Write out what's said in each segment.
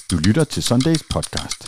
Du lytter til Sundays podcast.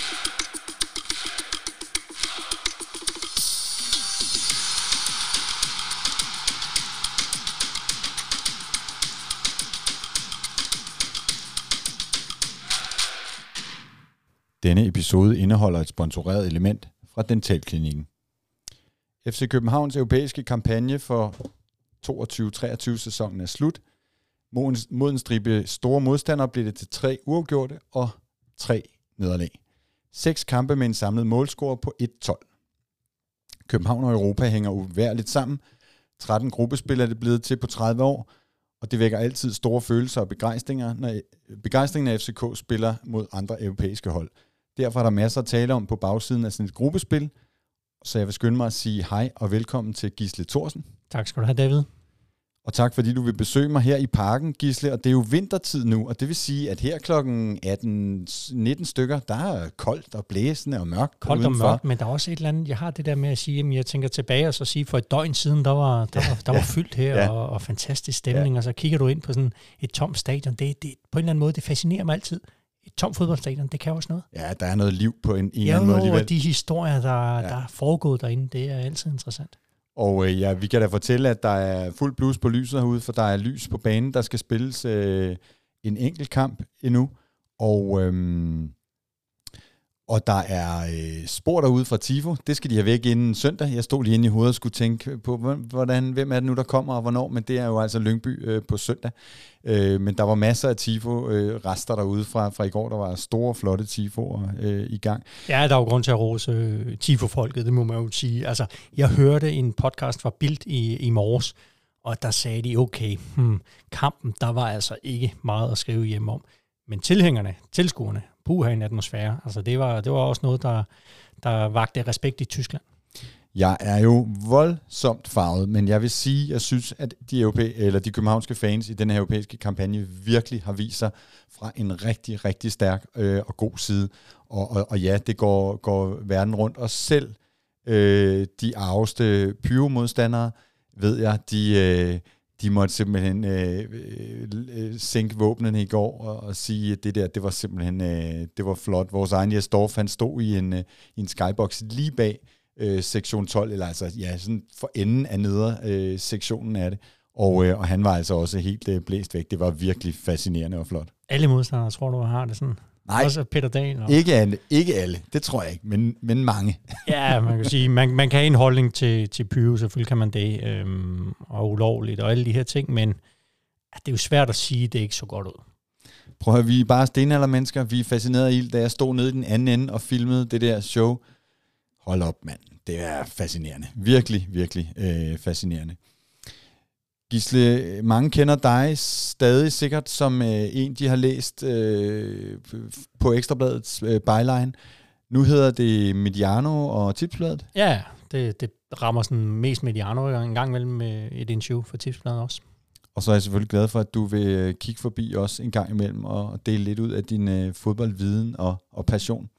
Denne episode indeholder et sponsoreret element fra Dentalklinikken. FC Københavns europæiske kampagne for 22-23 sæsonen er slut. Mod en stribe store modstandere blev det til 3 uafgjorte og 3 nederlag. 6 kampe med en samlet målscore på 1-12. København og Europa hænger uværligt sammen. 13 gruppespil er det blevet til på 30 år, og det vækker altid store følelser og begejstringen af FCK spiller mod andre europæiske hold. Derfor er der masser at tale om på bagsiden af sådan et gruppespil, så jeg vil skynde mig at sige hej og velkommen til Gisle Thorsen. Tak skal du have, David. Og tak fordi du vil besøge mig her i parken, Gisle, og det er jo vintertid nu, og det vil sige, at her klokken 18-19 stykker, der er koldt og blæsende og mørkt. Koldt og mørkt, men der er også et eller andet, jeg har det der med at sige, at jeg tænker tilbage og så sige, for et døgn siden, der var fyldt her, ja. og fantastisk stemning, og så kigger du ind på sådan et tomt stadion, det på en eller anden måde, det fascinerer mig altid. Et tomt fodboldstadion, det kan også noget. Ja, der er noget liv på en eller anden måde alligevel. Og de historier, der er foregået derinde, det er altid interessant. Og vi kan da fortælle, at der er fuld blus på lyset herude, for der er lys på banen. Der skal spilles en enkelt kamp endnu. Og der er spor derude fra Tifo. Det skal de have væk inden søndag. Jeg stod lige inde i hovedet og skulle tænke på, hvem er det nu, der kommer og hvornår. Men det er jo altså Lyngby på søndag. Men der var masser af Tifo-rester derude fra i går. Der var store, flotte Tifo'er i gang. Ja, der er jo grund til at rose Tifo-folket, det må man jo sige. Altså, jeg hørte en podcast fra Bild i morges, og der sagde de, okay, kampen, der var altså ikke meget at skrive hjem om. Men tilskuerne, puha en atmosfære, altså det var også noget, der vagte respekt i Tyskland. Jeg er jo voldsomt farvet, men jeg vil sige, jeg synes, at de københavnske fans i den her europæiske kampagne virkelig har vist sig fra en rigtig, rigtig stærk og god side. Og ja, det går verden rundt, og selv de arveste pyro-modstandere, ved jeg, de måtte simpelthen sænke våbnene i går og sige, at det var simpelthen det var flot. Vores egen Jes Dorf, han stod i en skybox lige bag sektion 12, eller altså ja, sådan for enden af neder sektionen af det. Og han var altså også helt blæst væk. Det var virkelig fascinerende og flot. Alle modstandere, tror du, har det sådan? Nej, også Peter Dahl? Og... Ikke alle. Det tror jeg ikke, men mange. Ja, man kan sige, man kan have en holdning til pyro, selvfølgelig kan man det, og ulovligt og alle de her ting, men det er jo svært at sige, det er ikke så godt ud. Prøv at vi er bare stenaldermennesker. Vi er fascineret af ild. Da jeg stod nede i den anden ende og filmede det der show, hold op, mand. Det er fascinerende. Virkelig, virkelig fascinerende. Gisle, mange kender dig stadig sikkert som en, de har læst på Ekstrabladets byline. Nu hedder det Mediano og Tipsbladet. Ja, det rammer sådan mest Mediano en gang mellem et interview for Tipsbladet også. Og så er jeg selvfølgelig glad for, at du vil kigge forbi os en gang imellem og dele lidt ud af din fodboldviden og passion.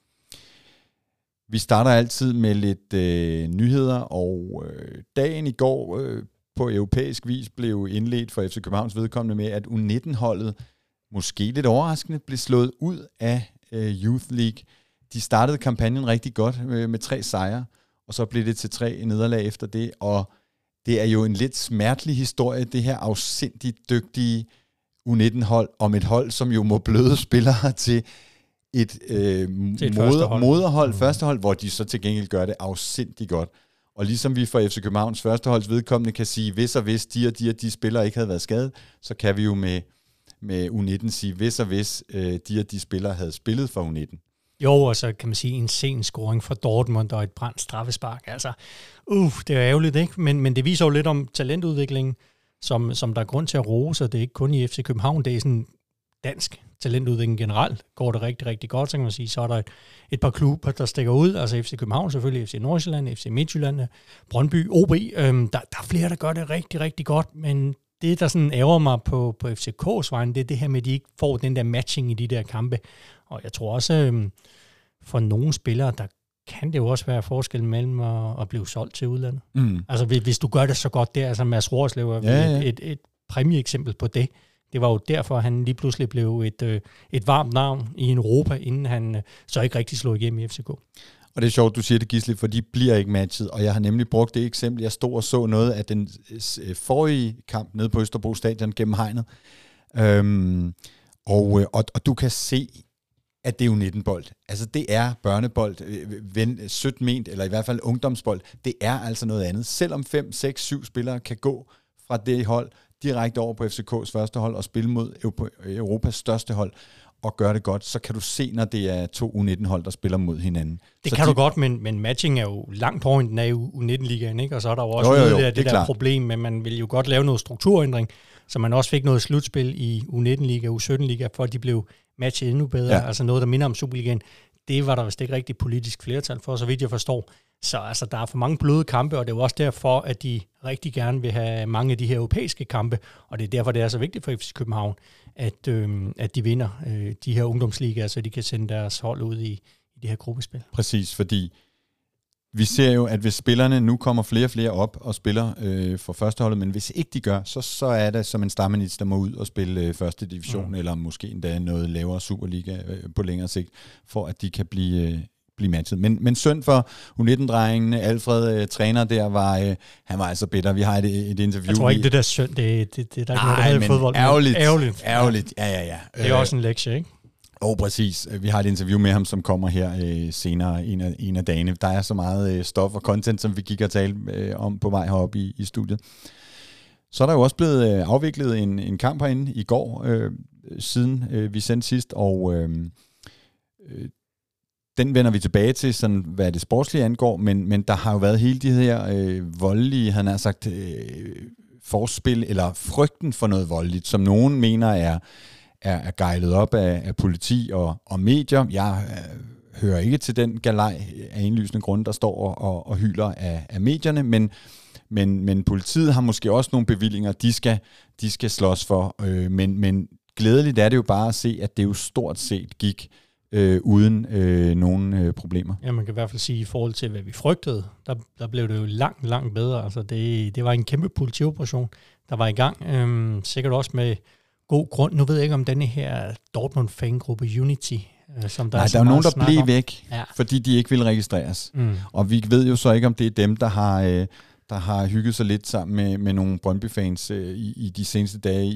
Vi starter altid med lidt nyheder, og dagen i går på europæisk vis blev indledt for FC Københavns vedkommende med, at U19-holdet måske lidt overraskende blev slået ud af Youth League. De startede kampagnen rigtig godt med 3 sejre, og så blev det til 3 nederlag efter det, og det er jo en lidt smertelig historie, det her afsindigt dygtige U19-hold, om et hold, som jo må bløde spillere til et moderhold, førstehold, hvor de så til gengæld gør det afsindigt godt. Og ligesom vi for FC Københavns førsteholds vedkommende kan sige, hvis og hvis de spillere ikke havde været skadet, så kan vi jo med U19 sige, hvis og hvis de spillere havde spillet for U19. Jo, og så kan man sige en sen scoring fra Dortmund og et brændt straffespark. Altså, det er ærgerligt, ikke? Men det viser jo lidt om talentudviklingen, som der er grund til at rose, og det er ikke kun i FC København, det er sådan dansk talentudvikling generelt. Går det rigtig, rigtig godt, så kan man sige, så er der et par klubber, der stikker ud, altså FC København selvfølgelig, FC Nordsjælland, FC Midtjylland, Brøndby, OB. Der er flere, der gør det rigtig, rigtig godt, men det, der sådan ærger mig på FCK's vejen, det er det her med, at de ikke får den der matching i de der kampe. Og jeg tror også, for nogle spillere, der kan det jo også være forskel mellem at blive solgt til udlandet. Altså hvis du gør det så godt der, altså Mads Roerslev er et præmieeksempel på det. Det var jo derfor, han lige pludselig blev et varmt navn i Europa, inden han så ikke rigtig slog igennem i FCK. Og det er sjovt, du siger det, Gisle, for de bliver ikke matchet, og jeg har nemlig brugt det eksempel. Jeg stod og så noget af den forrige kamp nede på Østerbro Stadion gennem hegnet, og du kan se, at det er jo 19-bold. Altså det er børnebold, sødt ment, eller i hvert fald ungdomsbold. Det er altså noget andet. Selvom 5, 6, 7 spillere kan gå fra det hold direkte over på FCK's første hold og spille mod Europas største hold, og gøre det godt, så kan du se, når det er 2 U19-hold, der spiller mod hinanden. Det så kan du godt, men matching er jo langt på den af U19-ligaen, ikke? Og så er der jo også det der problem, men man vil jo godt lave noget strukturændring, så man også fik noget slutspil i U19-liga, U17-liga, for at de blev matchet endnu bedre. Ja. Altså noget, der minder om Superligaen. Det var der vist ikke rigtig politisk flertal for, så vidt jeg forstår. Så altså, der er for mange bløde kampe, og det er jo også derfor, at de rigtig gerne vil have mange af de her europæiske kampe, og det er derfor, det er så vigtigt for FC København, at de vinder de her ungdomsligaer, så de kan sende deres hold ud i det her gruppespil. Præcis, fordi vi ser jo, at hvis spillerne nu kommer flere og flere op og spiller for førsteholdet, men hvis ikke de gør, så er det som en Stammenitz, der må ud og spille første division, eller måske endda noget lavere Superliga på længere sigt, for at de kan blive matchet. Men synd for U19-drengene, Alfred, træner der, han var altså bitter. Vi har et interview. Jeg tror ikke, det der synd, det er der ikke noget, der hedder i fodbold. Ærgerligt. Ja. Det er også en lektie, ikke? Præcis. Vi har et interview med ham, som kommer her senere en af dagene. Der er så meget stof og content, som vi gik og talte om på vej heroppe i studiet. Så er der jo også blevet afviklet en kamp herinde i går, siden vi sendte sidst, og den vender vi tilbage til, sådan, hvad det sportslige angår, men der har jo været hele de her voldelige, han har sagt, forspil, eller frygten for noget voldeligt, som nogen mener er gejlet op af politi og medier. Jeg hører ikke til den galej af indlysende grunde, der står og hylder af medierne, men politiet har måske også nogle bevillinger, de skal slås for, men glædeligt er det jo bare at se, at det jo stort set gik uden nogen problemer. Ja, man kan i hvert fald sige, i forhold til, hvad vi frygtede, der blev det jo langt bedre. Altså det var en kæmpe politioperation, der var i gang. Sikkert også med god grund. Nu ved jeg ikke, om denne her Dortmund-fangruppe Unity, som der der er nogen, der blev væk, fordi de ikke ville registreres. Og vi ved jo så ikke, om det er dem, der har hygget sig lidt sammen med nogle Brøndby-fans i de seneste dage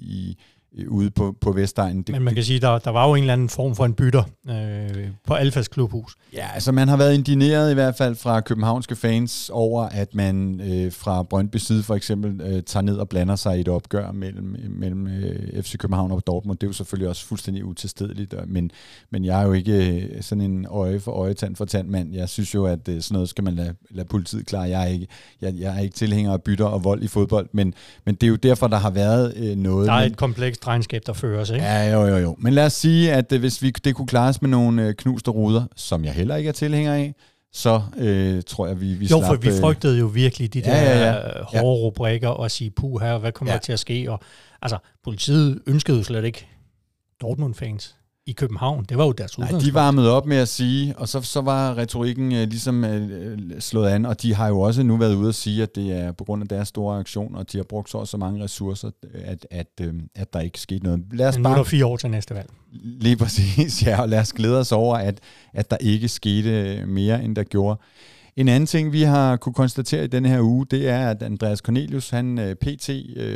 ude på Vestegnen. Men man kan sige, der var jo en eller anden form for en bytter på Alfas klubhus. Ja, altså man har været indigneret i hvert fald fra københavnske fans over, at man fra Brøndby side for eksempel tager ned og blander sig i et opgør mellem FC København og Dortmund. Det er jo selvfølgelig også fuldstændig utilstedeligt, men jeg er jo ikke sådan en øje for øje, tand for tand mand. Jeg synes jo, at sådan noget skal man lade politiet klare. Jeg er ikke tilhænger af bytter og vold i fodbold, men det er jo derfor, der har været noget. Der er et komplekst regnskab, der føres, ikke? Ja, jo. Men lad os sige, at hvis det kunne klares med nogle knuste ruder, som jeg heller ikke er tilhænger af, så tror jeg, vi slap. Jo, for vi frygtede jo virkelig de der hårde rubrikker og sige, puha, hvad kommer der til at ske? Og, altså, politiet ønskede jo slet ikke Dortmund-fans i København. Det var jo deres udgangspunkt. De varmede op med at sige, og så var retorikken ligesom slået an, og de har jo også nu været ude at sige, at det er på grund af deres store aktion, og de har brugt så mange ressourcer, at der ikke skete noget. Lad os nu er der 4 år til næste valg. Lige præcis, ja, og lad os glæde os over, at der ikke skete mere, end der gjorde. En anden ting, vi har kunne konstatere i denne her uge, det er, at Andreas Cornelius, han pt.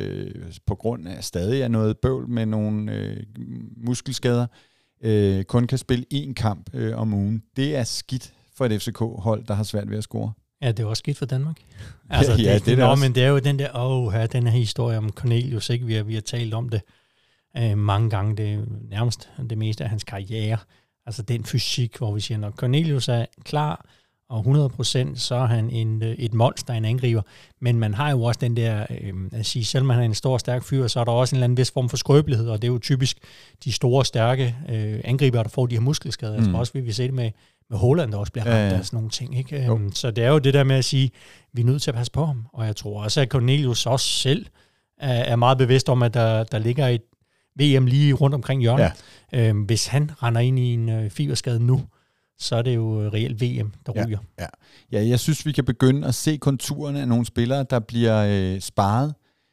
På grund af stadig noget bøvl med nogle muskelskader, kun kan spille 1 kamp om ugen. Det er skidt for et FCK-hold, der har svært ved at score. Ja, det er også skidt for Danmark. Altså, men det er jo den der, den her historie om Cornelius, ikke? Vi har talt om det mange gange. Det er nærmest det meste af hans karriere. Altså den fysik, hvor vi siger, når Cornelius er klar, og 100%, så er han et monster, en angriber. Men man har jo også den der, at sige, selvom han er en stor, stærk fyr, så er der også en eller anden vis form for skrøbelighed, og det er jo typisk de store, stærke angriber, der får de her muskelskader. Jeg tror også, vi vil se det med Haaland, der også bliver ramt af sådan nogle ting. Ikke? Så det er jo det der med at sige, vi er nødt til at passe på ham. Og jeg tror også, at Cornelius også selv er meget bevidst om, at der ligger et VM lige rundt omkring hjørnet. Ja. Hvis han render ind i en fiberskade nu, så er det jo reelt VM, der ryger. Ja, jeg synes, vi kan begynde at se konturerne af nogle spillere, der bliver sparet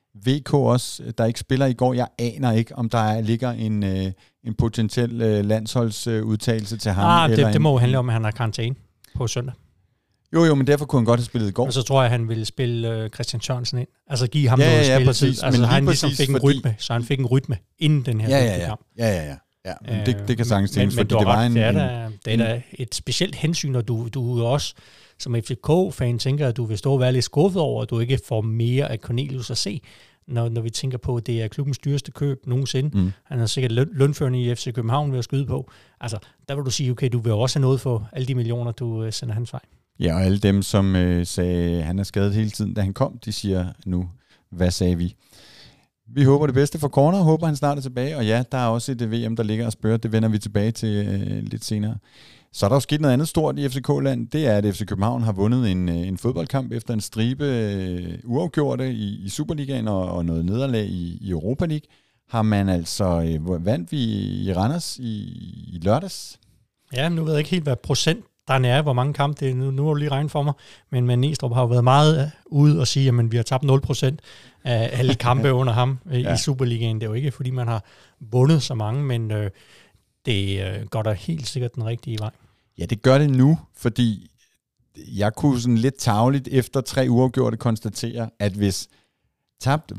VK også, der ikke spiller i går. Jeg aner ikke, om der ligger en potentiel landsholdsudtagelse til ham. Det må jo handle om, at han har karantæne på søndag. Jo, men derfor kunne han godt have spillet i går. Og så tror jeg, at han ville spille Christian Sørensen ind. Altså give ham noget spilletid. Altså han ligesom fik en rytme, så han fik en rytme inden den her kamp. Ja. Det kan sagtens tænkes, fordi det var det er da et specielt hensyn, og du også som FCK-fan tænker, at du vil stå og være lidt skuffet over, at du ikke får mere af Cornelius at se, når vi tænker på, at det er klubbens dyreste køb nogensinde. Han har sikkert lønførende i FC København ved at skyde på. Altså, der vil du sige, okay, du vil også have noget for alle de millioner, du sender hans vej. Ja, og alle dem, som sagde, han er skadet hele tiden, da han kom, de siger nu, hvad sagde vi? Vi håber det bedste for Corner, håber han snart er tilbage, og ja, der er også et VM, der ligger og spørger, det vender vi tilbage til lidt senere. Så er der jo sket noget andet stort i FCK-land, det er, at FC København har vundet en fodboldkamp efter en stribe uafgjorte i Superligaen og noget nederlag i Europa League. Har man altså vandt vi i Randers i lørdags? Ja, nu ved jeg ikke helt, hvad procent der er, hvor mange kampe det er. Nu har du lige regnet for mig, men Næstrup har jo været meget ude og sige, at vi har tabt 0% af alle kampe under ham i Superligaen. Det er jo ikke, fordi man har vundet så mange, men det går da helt sikkert den rigtige vej. Ja, det gør det nu, fordi jeg kunne sådan lidt tarveligt efter 3 uafgjorte konstatere, at hvis tabt,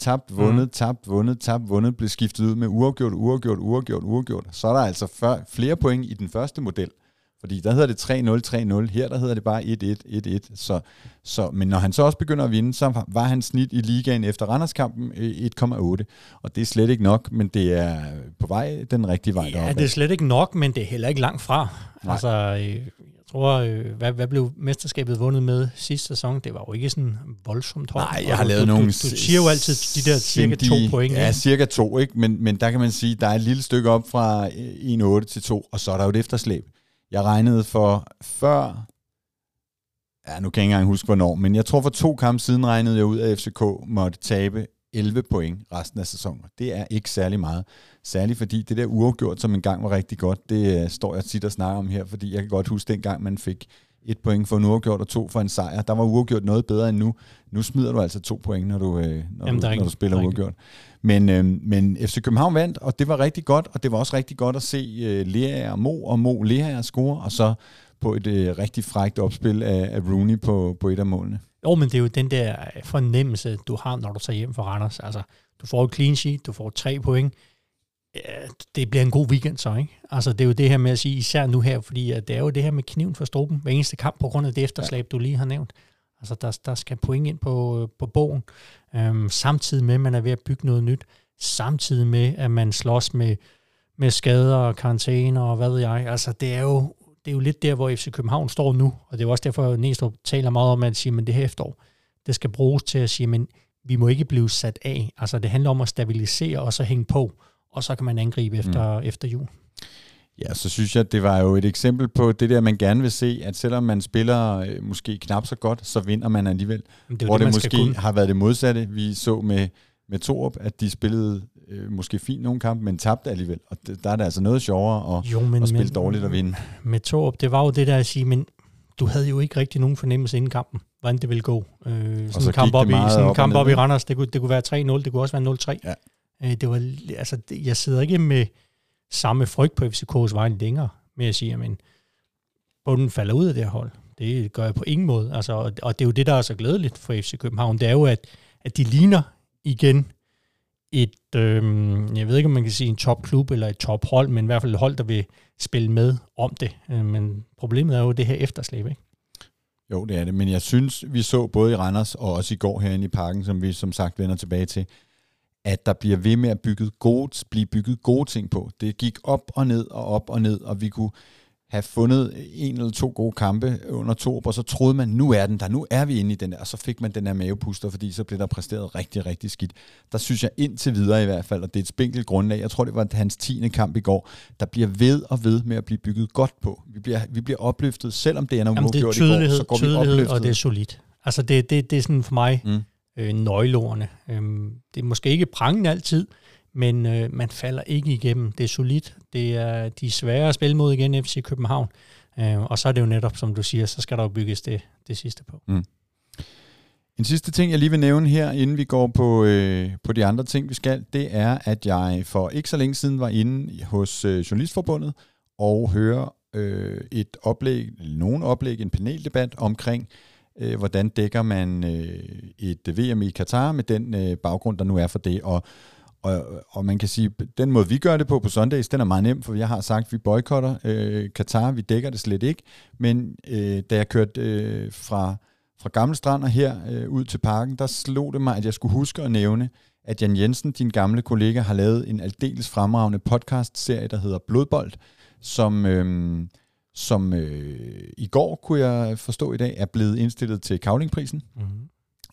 vundet blev skiftet ud med uafgjort, så er der altså flere point i den første model. Fordi der hedder det 3-0, her der hedder det bare 1-1. Men når han så også begynder at vinde, så var han snit i ligaen efter Randerskampen 1,8. Og det er slet ikke nok, men det er på vej den rigtige vej deroppe. Ja, det er slet ikke nok, men det er heller ikke langt fra. Nej. Altså, jeg tror, hvad blev mesterskabet vundet med sidste sæson? Det var jo ikke sådan voldsomt højt. Nej, jeg har lavet nogle... Du siger jo altid de der cirka 2 point. Ja, cirka 2, ikke? Men der kan man sige, der er et lille stykke op fra 1,8 til 2, og så er der jo et efterslæb. Jeg regnede for før, nu kan jeg ikke engang huske hvornår, men jeg tror for 2 kampe siden regnede jeg ud, at FCK måtte tabe 11 point resten af sæsonen. Det er ikke særlig meget. Særligt fordi det der uafgjort, som engang var rigtig godt, det står jeg tit og snakker om her, fordi jeg kan godt huske dengang, man fik 1 point for en uafgjort og 2 for en sejr. Der var uafgjort noget bedre end nu. Nu smider du altså 2 point, når du spiller uafgjort. Men FC København vandt, og det var rigtig godt, og det var også rigtig godt at se Lea og Mo Lea score, og så på et rigtig frækt opspil af Rooney på et af målene. Jo, men det er jo den der fornemmelse, du har, når du tager hjem fra Randers. Altså, du får et clean sheet, du får 3 point. Det bliver en god weekend så, ikke? Altså, det er jo det her med at sige, især nu her, fordi det er jo det her med kniven for struben hver eneste kamp på grund af det efterslæb, du lige har nævnt. Altså, der skal point ind på bogen, samtidig med, at man er ved at bygge noget nyt, samtidig med, at man slås med skader og karantæner og hvad ved jeg. Altså, det er jo lidt der, hvor FC København står nu, og det er jo også derfor, at Næstrup taler meget om, at sige, men det her efterår, det skal bruges til at sige, men vi må ikke blive sat af. Altså, det handler om at stabilisere og så hænge på, og så kan man angribe efter jul. Ja, så synes jeg, at det var jo et eksempel på det der, man gerne vil se, at selvom man spiller måske knap så godt, så vinder man alligevel. Hvor det måske har været det modsatte. Vi så med Torup, at de spillede måske fint nogle kampe, men tabte alligevel. Og der er det altså noget sjovere at spille dårligt og vinde. Med Torup, det var jo det der at sige, men du havde jo ikke rigtig nogen fornemmelse inden kampen, hvordan det ville gå. Sådan en kamp op i Randers, det kunne være 3-0, det kunne også være 0-3. Ja. Det var, altså, jeg sidder ikke med samme frygt på FCK's vej længere, med at sige, at bunden falder ud af det her hold. Det gør jeg på ingen måde. Altså, og det er jo det, der er så glædeligt for FC København. Det er jo, at de ligner igen et, jeg ved ikke, om man kan sige en topklub eller et tophold, men i hvert fald et hold, der vil spille med om det. Men problemet er jo det her efterslæb, ikke? Jo, det er det. Men jeg synes, vi så både i Randers og også i går herinde i parken, som vi som sagt vender tilbage til, at der bliver ved med at blive bygget gode ting på. Det gik op og ned, og vi kunne have fundet 1 eller 2 gode kampe under Torup, og så troede man, nu er den der, nu er vi inde i den der, og så fik man den der mavepuster, fordi så blev der præsteret rigtig, rigtig skidt. Der synes jeg indtil videre i hvert fald, og det er et spinkelt grundlag, jeg tror det var hans 10. kamp i går, der bliver ved med at blive bygget godt på. Vi bliver opløftet, selvom det er noget uafgjort i går, så går vi opløftet. Og det er solidt. Altså det er sådan for mig nøgleordene. Det er måske ikke prangende altid, men man falder ikke igennem. Det er solidt. Det er de svære at spille mod igen, FC København. Og så er det jo netop, som du siger, så skal der jo bygges det sidste på. En sidste ting, jeg lige vil nævne her, inden vi går på de andre ting, vi skal, det er, at jeg for ikke så længe siden var inde hos Journalistforbundet og høre nogle oplæg, en paneldebat omkring, hvordan dækker man et VM i Katar med den baggrund, der nu er for det. Og man kan sige, den måde, vi gør det på Sundays, den er meget nem, for jeg har sagt, at vi boykotter Katar, vi dækker det slet ikke. Men da jeg kørte fra Gamle Strand og her ud til parken, der slog det mig, at jeg skulle huske at nævne, at Jan Jensen, din gamle kollega, har lavet en aldeles fremragende podcast-serie, der hedder Blodbold, som i går, kunne jeg forstå i dag, er blevet indstillet til Cavlingprisen. Mm-hmm.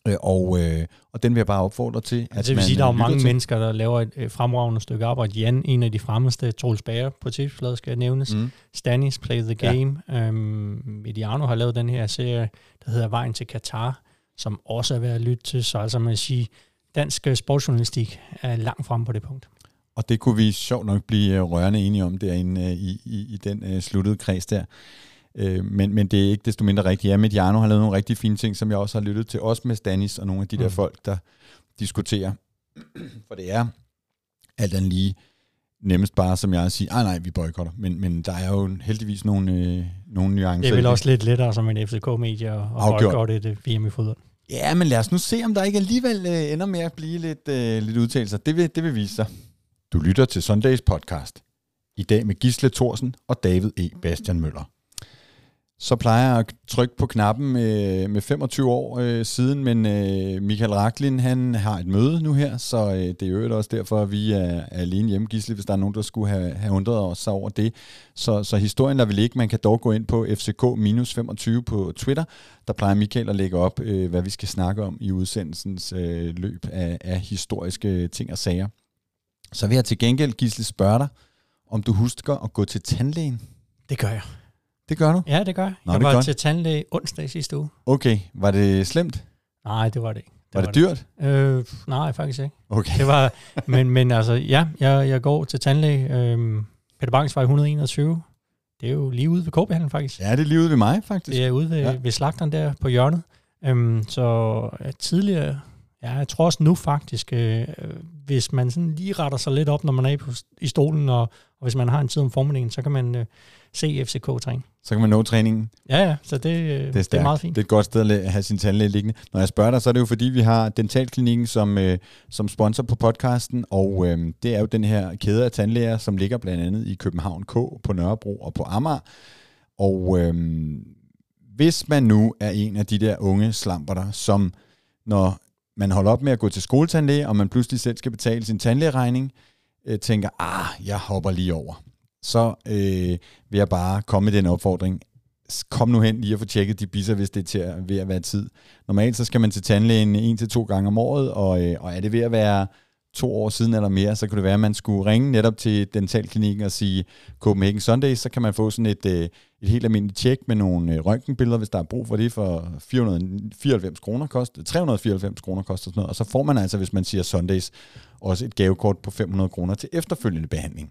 Og den vil jeg bare opfordre til. At det vil sige, at der er mange mennesker, der laver et fremragende stykke arbejde. Jan, en af de fremmeste, Troels Bager på tipsfladet skal nævnes. Stanis, Play the Game. Ja. Mediano har lavet den her serie, der hedder Vejen til Katar, som også er værd at lytte til. Så altså man vil sige, dansk sportsjournalistik er langt fremme på det punkt. Og det kunne vi sjovt nok blive rørende enige om derinde i den sluttede kreds der. Men det er ikke desto mindre rigtigt. Ja, Mediano har lavet nogle rigtig fine ting, som jeg også har lyttet til, også med Stanis og nogle af de der folk, der diskuterer. For det er alt andet lige nemmest bare, som jeg siger, nej, vi boykotter. Men der er jo heldigvis nogle nuancer. Det er vel også lidt lettere som en FCK-medie at boykotte et VM i fodbold. Ja, men lad os nu se, om der ikke alligevel ender med at blive lidt udtalelser. Det vil vise sig. Du lytter til Sundays podcast. I dag med Gisle Thorsen og David E. Bastian Møller. Så plejer jeg at trykke på knappen med 25 år siden, men Michael Raklin, han har et møde nu her, så det er jo også derfor, at vi er alene hjemme, Gisle, hvis der er nogen, der skulle have undret sig over det. Så historien lader vi ligge. Man kan dog gå ind på FCK-25 på Twitter. Der plejer Michael at lægge op, hvad vi skal snakke om i udsendelsens løb af historiske ting og sager. Så vil jeg til gengæld, Gisle, spørge dig, om du husker at gå til tandlægen? Det gør jeg. Det gør du? Ja, det gør jeg. Jeg var til tandlæge onsdag sidste uge. Okay. Var det slemt? Nej, det var det ikke. Var det dyrt? Nej, faktisk ikke. Okay. Det var, men altså, ja, jeg går til tandlæge. Peter Bangs var i 121. Det er jo lige ude ved K-behandling, faktisk. Ja, det er lige ude ved mig, faktisk. Det er ude ved slagteren der på hjørnet. Så tidligere, ja, jeg tror også nu faktisk, hvis man sådan lige retter sig lidt op, når man er i stolen, og hvis man har en tid om formiddagen, så kan man se FCK-træne. Så kan man nå træningen. Ja, så det er meget fint. Det er et godt sted at have sin tandlæge liggende. Når jeg spørger dig, så er det jo fordi, vi har Dentalklinikken som sponsor på podcasten, og det er jo den her kæde af tandlæger, som ligger blandt andet i København K, på Nørrebro og på Amager. Og hvis man nu er en af de der unge slamperter, som når man holder op med at gå til skoletandlæge, og man pludselig selv skal betale sin tandlægeregning, tænker, jeg hopper lige over. Så vil jeg bare komme med den opfordring. Kom nu hen lige og få tjekket de bisser, hvis det er ved at være tid. Normalt så skal man til tandlægen 1-2 gange om året, og er det ved at være 2 år siden eller mere, så kunne det være, at man skulle ringe netop til Dentalklinikken og sige Copenhagen Sundays, så kan man få sådan et helt almindeligt tjek med nogle røntgenbilleder, hvis der er brug for det, for 494 kroner koster, 394 kroner koster sådan noget, og så får man altså, hvis man siger Sundays, også et gavekort på 500 kroner til efterfølgende behandling.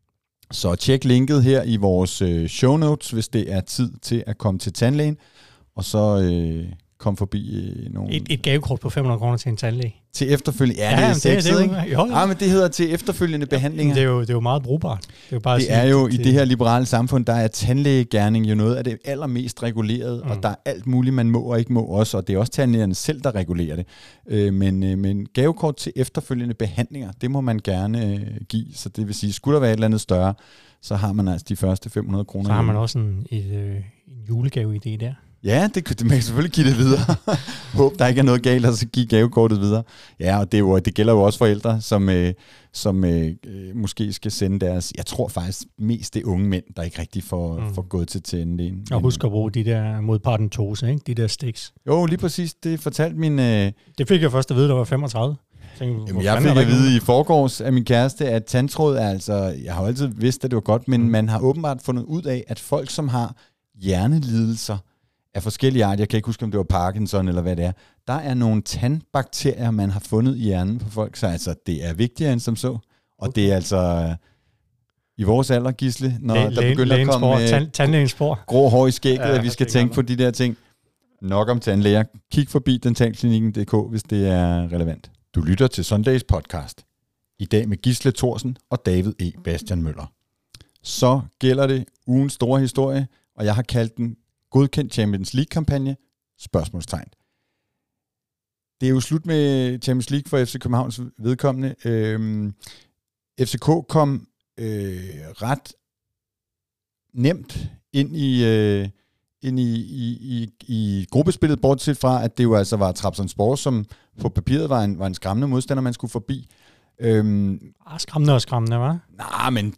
Så tjek linket her i vores show notes, hvis det er tid til at komme til tandlægen, og så kom forbi nogle... Et gavekort på 500 kroner til en tandlæge. Til efterfølgende... Ja, det er sexet, ikke? Jo. Ja, men det hedder til efterfølgende behandlinger. Det er jo meget brugbart. Det er jo i det her liberale samfund, der er tandlægegerning jo noget af det allermest reguleret, og der er alt muligt, man må og ikke må også, og det er også tandlægerne selv, der regulerer det. Men gavekort til efterfølgende behandlinger, det må man gerne give, så det vil sige, skulle der være et eller andet større, så har man altså de første 500 kroner. Så har man også en julegave-idé der. Ja, man kan selvfølgelig give det videre. Håb, der ikke er noget galt, og så give gavekortet videre. Ja, og det gælder jo også forældre, som måske skal sende deres... Jeg tror faktisk mest det unge mænd, der ikke rigtig får gået til tandlægen. Og husk at bruge de der mod paradentose, ikke? De der sticks. Jo, lige præcis. Det fortalte min... Det fik jeg først at vide, der var 35. Jeg fik at vide i forgårs af min kæreste, at tandtråd er altså... Jeg har altid vidst, at det var godt, men man har åbenbart fundet ud af, at folk, som har hjernelidelser af forskellige arter, jeg kan ikke huske, om det var Parkinson eller hvad det er, der er nogle tandbakterier, man har fundet i hjernen på folk, så altså, det er vigtigere end som så. Og det er altså i vores alder, Gisle, når der begynder at komme tandlægens spor. Grå hår i skægget, at vi skal tænke på de der ting. Nok om tandlæger. Kig forbi dentalklinikken.dk, hvis det er relevant. Du lytter til Sundays podcast. I dag med Gisle Thorsen og David E. Bastian Møller. Så gælder det ugens store historie, og jeg har kaldt den godkendt Champions League-kampagne, spørgsmålstegn. Det er jo slut med Champions League for FC Københavns vedkommende. FCK kom ret nemt ind i gruppespillet, bortset fra, at det jo altså var Trabzonspor, som på papiret var en skræmmende modstander, man skulle forbi. Skræmmende, hva'? Nej, men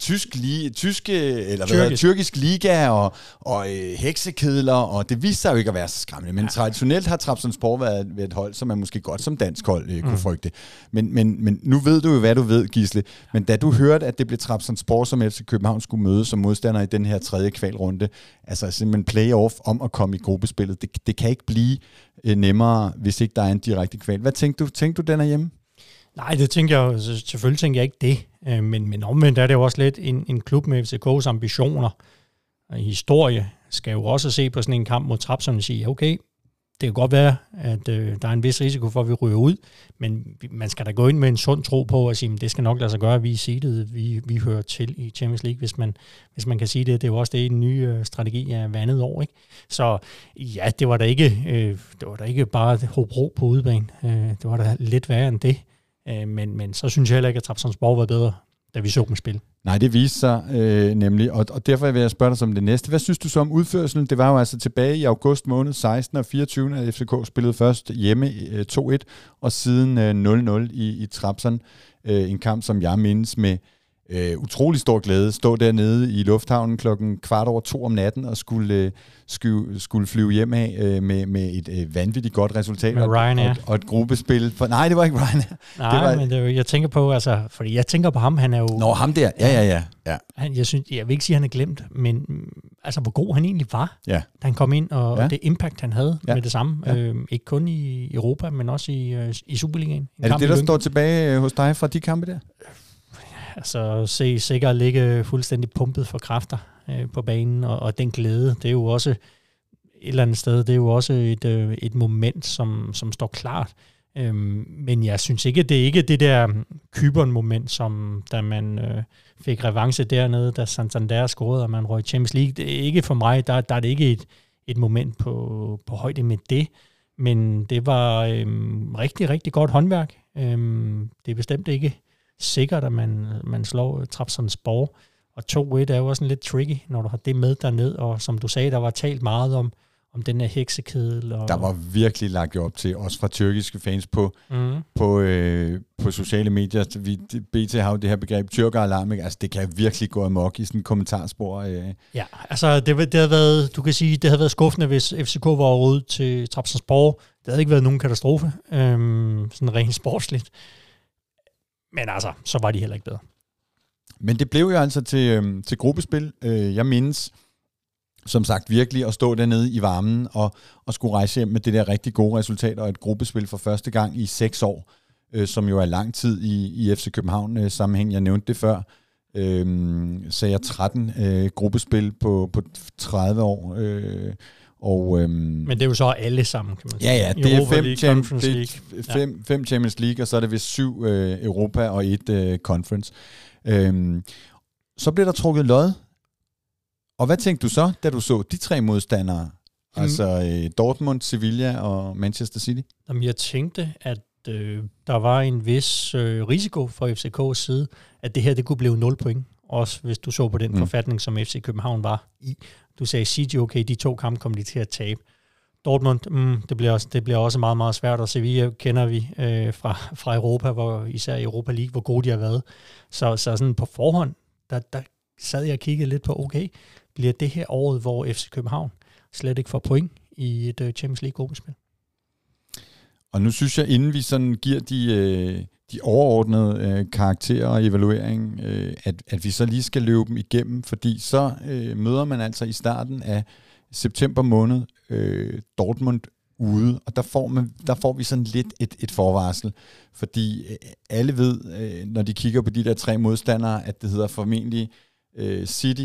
tyrkisk liga og heksekedler, og det viste sig jo ikke at være så skræmmende. Men traditionelt har Trabzonspor været et hold, som man måske godt som dansk hold kunne frygte. Men nu ved du jo, hvad du ved, Gisle. Men da du hørte, at det blev Trabzonspor, som FC København skulle møde som modstander i den her tredje kvalrunde, altså simpelthen playoff om at komme i gruppespillet, det kan ikke blive nemmere, hvis ikke der er en direkte kval. Hvad tænkte du? Tænkte du den er hjemme? Nej, det tænker jeg selvfølgelig tænker jeg ikke det, men omvendt er det jo også lidt en klub med FCK's ambitioner og historie, skal jo også se på sådan en kamp mod Trabzon og sige, okay, det kan godt være, at der er en vis risiko for, at vi ryger ud, men man skal da gå ind med en sund tro på at sige, at det skal nok lade sig gøre, at vi er seedet, vi hører til i Champions League, hvis man kan sige det. Det er jo også det, en ny strategi af hver andet år, ikke? Så ja, det var da ikke bare et hobro på udebane. Det var da lidt værre end det. Men så synes jeg heller ikke, at Trabzonspor var bedre, da vi så dem spille. Nej, det viste sig nemlig, og derfor vil jeg spørge dig som det næste. Hvad synes du så om udførelsen? Det var jo altså tilbage i august måned 16 og 24, at FCK spillede først hjemme 2-1, og siden 0-0 i Trabzon. En kamp, som jeg mindes med utrolig stor glæde. Stå dernede i lufthavnen 1:15 om natten og skulle flyve hjem af med et vanvittigt godt resultat. Med Ryanair. Og et gruppespil. Nej, det var ikke Ryanair. Nej, men jeg tænker på, altså, fordi jeg tænker på ham, han er jo... Nå, ham der, ja. Jeg vil ikke sige, at han er glemt, men altså, hvor god han egentlig var, da han kom ind, og det impact, han havde med det samme. Ja. Ikke kun i Europa, men også i Superligaen. Er det der står tilbage hos dig fra de kampe der? Altså sikkert ligge fuldstændig pumpet for kræfter på banen, og den glæde, det er jo også et eller andet sted, det er jo også et moment, som står klart. Men jeg synes ikke, det er ikke det der Cypern-moment, som da man fik revanche dernede, da Santander scorede, og man røg i Champions League. Det er ikke for mig, der er det ikke et moment på højde med det, men det var rigtig, rigtig godt håndværk. Det er bestemt ikke sikkert, at man slår Trabzonspor, og 2-1 er jo også lidt tricky, når du har det med derned, og som du sagde, der var talt meget om den her heksekedel. Der var virkelig lagt op til, også fra tyrkiske fans på sociale medier. BT har jo det her begreb tyrkeralarm, altså det kan virkelig gå amok i sådan en kommentarspor. Ja, altså det havde været, du kan sige, det havde været skuffende, hvis FCK var overhovedet til Trabzonspor. Det havde ikke været nogen katastrofe, sådan rent sportsligt. Men altså, så var de heller ikke bedre. Men det blev jo altså til gruppespil. Jeg mindes, som sagt, virkelig at stå dernede i varmen og skulle rejse hjem med det der rigtig gode resultat og et gruppespil for første gang i 6 år, som jo er lang tid i FC København sammenhæng. Jeg nævnte det før. Sagde jeg 13 gruppespil på 30 år. Men det er jo så alle sammen, kan man sige. Ja, det er 5 Champions League, og så er det vist 7 Europa og 1 Conference. Så bliver der trukket lod. Og hvad tænkte du så, da du så de 3 modstandere? Altså Dortmund, Sevilla og Manchester City? Jamen, jeg tænkte, at der var en vis risiko fra FCK's side, at det her det kunne blive 0 point. Også hvis du så på den forfatning, som FC København var i. Du sagde City, okay, de 2 kampe kom de til at tabe. Dortmund, det bliver også meget, meget svært, og Sevilla kender vi fra Europa, hvor især i Europa League, hvor gode de har været. Så sådan på forhånd, der sad jeg og kiggede lidt på, okay, bliver det her året, hvor FC København slet ikke får point i et Champions League-gruppespil? Og nu synes jeg, inden vi sådan giver de overordnede karakterer og evaluering, at vi så lige skal løbe dem igennem, fordi så møder man altså i starten af september måned Dortmund ude, og der får vi sådan lidt et forvarsel, fordi alle ved, når de kigger på de der 3 modstandere, at det hedder formentlig City,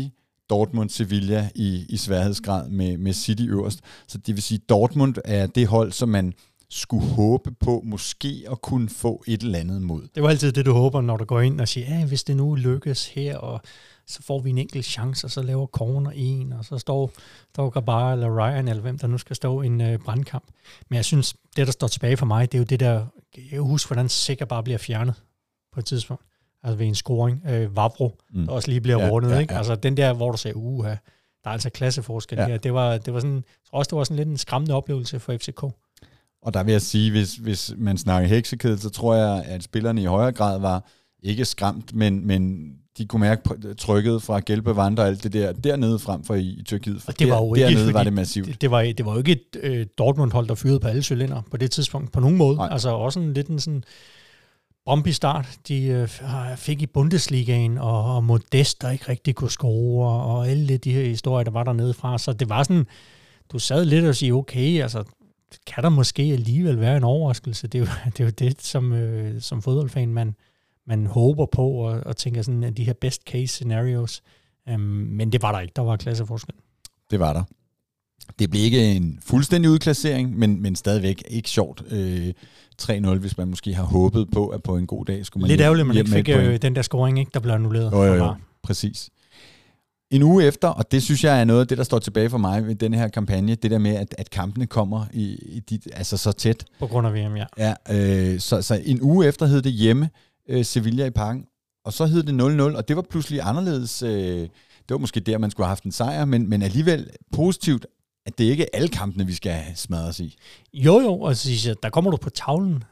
Dortmund-Sevilla i sværhedsgrad med City øverst. Så det vil sige, Dortmund er det hold, som man skulle håbe på måske at kunne få et eller andet mod. Det var altid det, du håber, når du går ind og siger, hvis det nu lykkes her, og så får vi en enkelt chance, og så laver corner en, og så står Grabar eller Ryan, eller hvem der nu skal stå i en brandkamp. Men jeg synes, det der står tilbage for mig, det er jo det der, jeg husker, hvordan Sikker bare bliver fjernet på et tidspunkt. Altså ved en scoring. Vavro, der også lige bliver rundet, ikke? Altså den der, hvor du sagde, der er altså klasseforskel her. Det var sådan, jeg tror også, det var sådan lidt en skræmmende oplevelse for FCK. Og der vil jeg sige, hvis man snakker heksekæde, så tror jeg, at spillerne i højere grad var ikke skræmt, men de kunne mærke trykket fra Gelbe-Wander og alt det der dernede frem for i Tyrkiet. For det var jo dernede ikke, var det massivt. Det var jo ikke et Dortmund-hold, der fyrede på alle cylinder på det tidspunkt, på nogen måde. Nej. Altså også lidt en sådan bumpy start. De fik i Bundesligaen, og Modest, der ikke rigtig kunne score, og alle de her historier, der var dernede fra. Så det var sådan, du sad lidt og sige, okay, altså kan der måske alligevel være en overraskelse? Det er jo det, som fodboldfan, man håber på, og tænker sådan, at de her best case scenarios. Men det var der ikke. Der var klasseforskel. Det var der. Det blev ikke en fuldstændig udklassering, men stadigvæk ikke sjovt. 3-0, hvis man måske har håbet på, at på en god dag skulle man lidt ærgerligt, man ikke fik den der scoring, ikke, der blev annulleret. Jo, præcis. En uge efter, og det synes jeg er noget af det, der står tilbage for mig ved denne her kampagne, det der med, at kampene kommer altså så tæt. På grund af VM, ja. Så en uge efter hed det hjemme, Sevilla i Parken, og så hed det 0-0, og det var pludselig anderledes. Det var måske der, man skulle have haft en sejr, men alligevel positivt, at det ikke er alle kampene, vi skal smadres i. Jo, altså der kommer du på tavlen.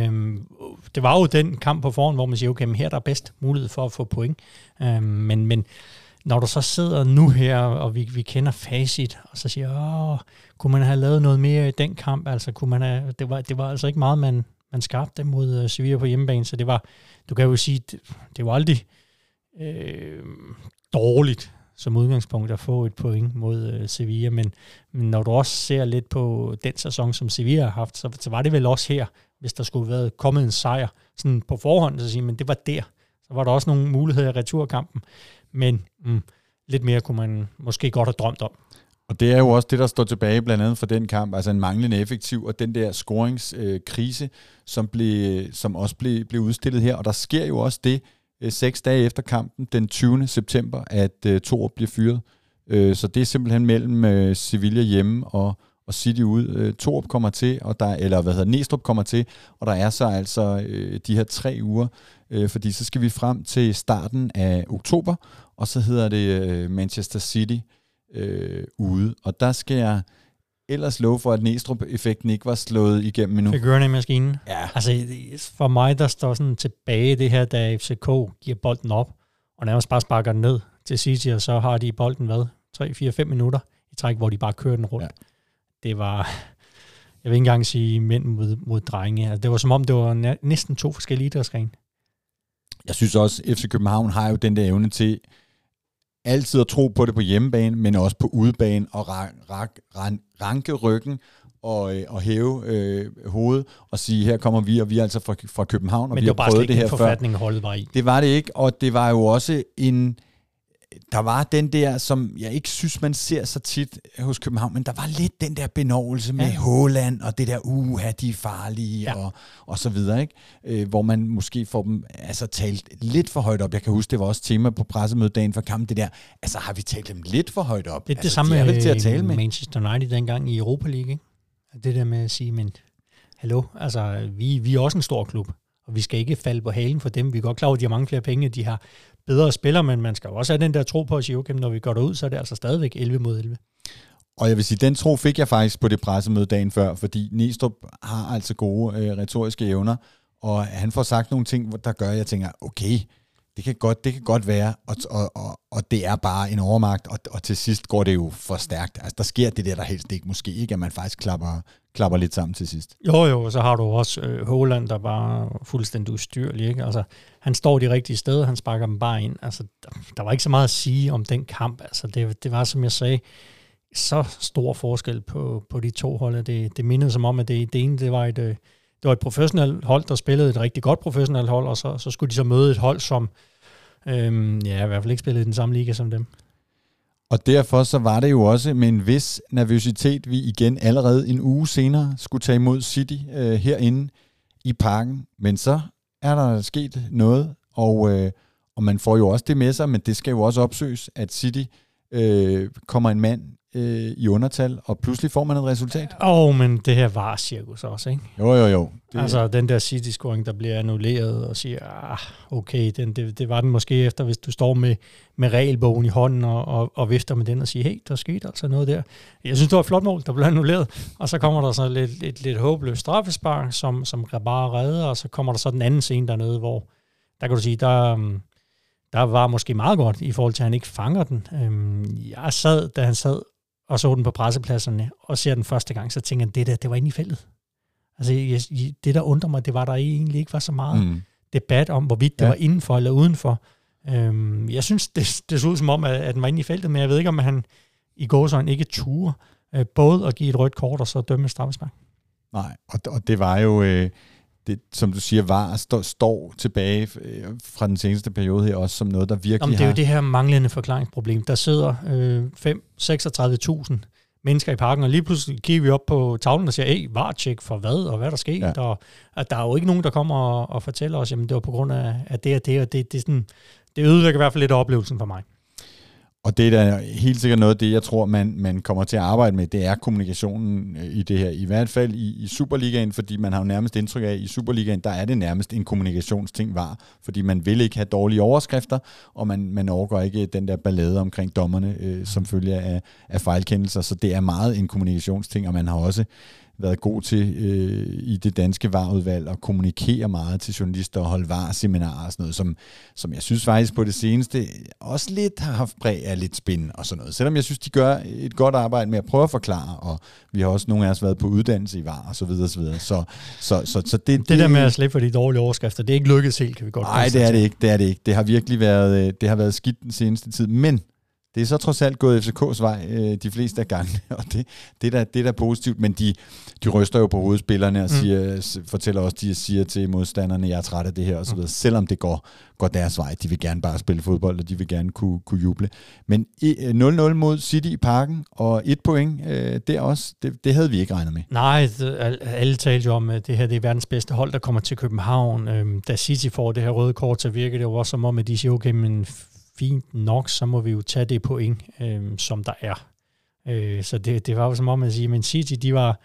Det var jo den kamp på forhånd, hvor man siger, okay, men her der er bedst mulighed for at få point. Men når du så sidder nu her, og vi kender facit, og så siger, kunne man have lavet noget mere i den kamp? Altså, kunne man have, det var altså ikke meget, man skabte mod Sevilla på hjemmebane, så det var, du kan jo sige, det var aldrig dårligt som udgangspunkt at få et point mod Sevilla, men når du også ser lidt på den sæson, som Sevilla har haft, så var det vel også her, hvis der skulle have været kommet en sejr sådan på forhånd, så sige, men det var der. Så var der også nogle muligheder i returkampen, men lidt mere kunne man måske godt have drømt om. Og det er jo også det, der står tilbage blandt andet for den kamp, altså en manglende effektiv, og den der scoringskrise, som også blev udstillet her. Og der sker jo også det 6 dage efter kampen, den 20. september, at Torup bliver fyret. Så det er simpelthen mellem Sevilla hjemme og City ude. Torup kommer til, Næstrup kommer til, og der er så altså de her 3 uger, fordi så skal vi frem til starten af oktober, og så hedder det Manchester City ude. Og der skal jeg ellers love for, at Næstrup-effekten ikke var slået igennem endnu. Figurerne i maskinen. Ja. Altså for mig, der står sådan tilbage det her, da FCK giver bolden op, og nærmest bare sparker den ned til City, og så har de bolden, 3-4-5 minutter i træk, hvor de bare kører den rundt. Ja. Det var, jeg vil ikke engang sige mænd mod drenge. Altså, det var som om, det var næsten 2 forskellige idrætsgrene. Jeg synes også, at FC København har jo den der evne til altid at tro på det på hjemmebane, men også på udebane, og ranke ryggen og hæve hovedet og sige, her kommer vi, og vi er altså fra København, og vi har prøvet det her før. Holdet var i. Det var det ikke, og det var jo også der var den der, som jeg ikke synes, man ser så tit hos København, men der var lidt den der benovelse med Haaland, og det der, de er farlige, og så videre, ikke? Hvor man måske får dem talt lidt for højt op. Jeg kan huske, det var også tema på pressemødet dagen for kampen, det der, har vi talt dem lidt for højt op? Det er det samme de til at tale med Manchester United dengang i Europa League, ikke? Det der med at sige, men hallo, vi er også en stor klub, og vi skal ikke falde på halen for dem. Vi er godt klar over, at de har mange flere penge, de har bedre spillere, men man skal jo også have den der tro på at sige, okay, når vi går derud, så er det altså stadigvæk 11 mod 11. Og jeg vil sige, den tro fik jeg faktisk på det pressemøde dagen før, fordi Næstrup har altså gode retoriske evner, og han får sagt nogle ting, der gør, at jeg tænker, okay, det kan godt være, og det er bare en overmagt, og til sidst går det jo for stærkt. Altså, der sker det der helst ikke, måske ikke, at man faktisk klapper lidt sammen til sidst. Jo, så har du også Haaland, der bare fuldstændig ustyrlig, ikke? Altså, han står de rigtige steder, han sparker dem bare ind. Altså, der var ikke så meget at sige om den kamp. Altså, det var, som jeg sagde, så stor forskel på de to hold. Det mindede som om, at det ene, det var et professionelt hold, der spillede et rigtig godt professionelt hold, og så skulle de så møde et hold, som i hvert fald ikke spillede i den samme liga som dem. Og derfor så var det jo også med en vis nervøsitet, vi igen allerede en uge senere skulle tage imod City herinde i Parken. Men så er der sket noget, og man får jo også det med sig, men det skal jo også opsøges, at City kommer en mand i undertal, og pludselig får man et resultat. Men det her var cirkus også, ikke? Jo. Altså den der City-scoring, der bliver annulleret og siger, okay, det var den måske efter, hvis du står med regelbogen i hånden og vifter med den og siger, hey, der skete altså noget der. Jeg synes, det var et flot mål, der blev annulleret, og så kommer der så lidt håbløst straffespark, som bare redder, og så kommer der så den anden scene dernede, hvor der kan du sige, der var måske meget godt i forhold til, at han ikke fanger den. Jeg sad, da han sad og så den på pressepladserne, og ser den første gang, så tænker jeg, det var inde i feltet. Altså, det der undrer mig, det var der egentlig ikke var så meget debat om, hvorvidt det var indenfor eller udenfor. Jeg synes, det så ud som om, at den var inde i feltet, men jeg ved ikke, om han i gåseøjne ikke turde både at give et rødt kort og så dømme straffespark. Nej, og det var jo... det, som du siger, VAR står tilbage fra den seneste periode her også som noget, der virkelig det er jo det her manglende forklaringsproblem. Der sidder 36.000 mennesker i Parken, og lige pludselig kigger vi op på tavlen og siger, hey, VAR-tjek for hvad, og hvad der skete. Ja. Og at der er jo ikke nogen, der kommer og fortæller os, jamen det var på grund af det og det, og det er sådan, det ødelægger i hvert fald lidt af oplevelsen for mig. Og det er da helt sikkert noget af det, jeg tror, man kommer til at arbejde med, det er kommunikationen i det her. I hvert fald i Superligaen, fordi man har jo nærmest indtryk af, at i Superligaen, der er det nærmest en kommunikationsting var, fordi man vil ikke have dårlige overskrifter, og man overgår ikke den der ballade omkring dommerne, som følge af fejlkendelser. Så det er meget en kommunikationsting, og man har også været god til i det danske VAR-udvalg at kommunikere meget til journalister og holde VAR-seminarer og sådan noget, som jeg synes faktisk på det seneste også lidt har haft præg af lidt spændende og sådan noget. Selvom jeg synes, de gør et godt arbejde med at prøve at forklare, og vi har også nogle af os været på uddannelse i VAR og så videre og så videre. Så det der med at slippe for de dårlige overskrifter, det er ikke lykkedes helt, kan vi godt konstatere. Nej, det er det ikke. Det har virkelig været skidt den seneste tid, men det er så trods alt gået FCK's vej de fleste af gangene, og det er da positivt, men de ryster jo på hovedspillerne og fortæller også, de siger til modstanderne, jeg er træt af det her, og så videre, selvom det går deres vej. De vil gerne bare spille fodbold, og de vil gerne kunne juble. Men 0-0 mod City i Parken, og 1 point der også, det havde vi ikke regnet med. Nej, alle talte jo om, at det her det er verdens bedste hold, der kommer til København. Da City får det her røde kort, så virker det jo også som om, at de siger, okay, men fint nok, så må vi jo tage det point, som der er. Så det var jo som om at sige, men City,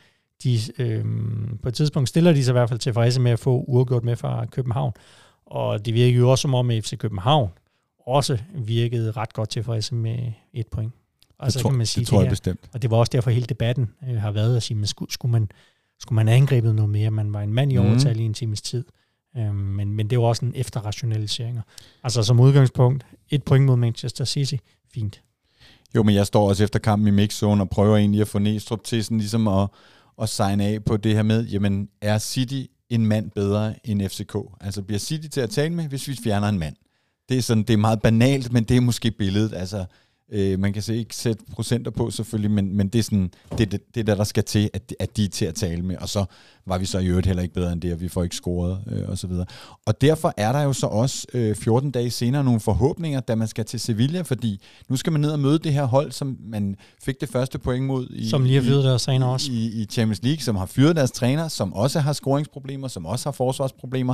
på et tidspunkt stiller de sig i hvert fald tilfredse med at få uafgjort med fra København, og det virkede jo også som om, at FC København også virkede ret godt tilfredse med 1 point. Og så kan man sige det tror jeg bestemt. Og det var også derfor hele debatten har været at sige, men skulle man angrebet noget mere? Man var en mand i overtal i en times tid. Men det var også en efterrationalisering. Altså som udgangspunkt, 1 point mod Manchester City, fint. Jo, men jeg står også efter kampen i mixzone og prøver egentlig at få Næstrup til sådan ligesom at signe af på det her med, jamen er City en mand bedre end FCK? Altså bliver City til at tale med, hvis vi fjerner en mand? Det er meget banalt, men det er måske billedet. Altså man kan ikke sætte procenter på selvfølgelig, men det er sådan det der skal til, at de er til at tale med, og så var vi så i øvrigt heller ikke bedre end det, og vi får ikke scoret og så videre. Og derfor er der jo så også 14 dage senere nogle forhåbninger, da man skal til Sevilla, fordi nu skal man ned og møde det her hold, som man fik det første point mod som lige har fyret deres træner også i Champions League, som har fyret deres træner, som også har scoringsproblemer, som også har forsvarsproblemer.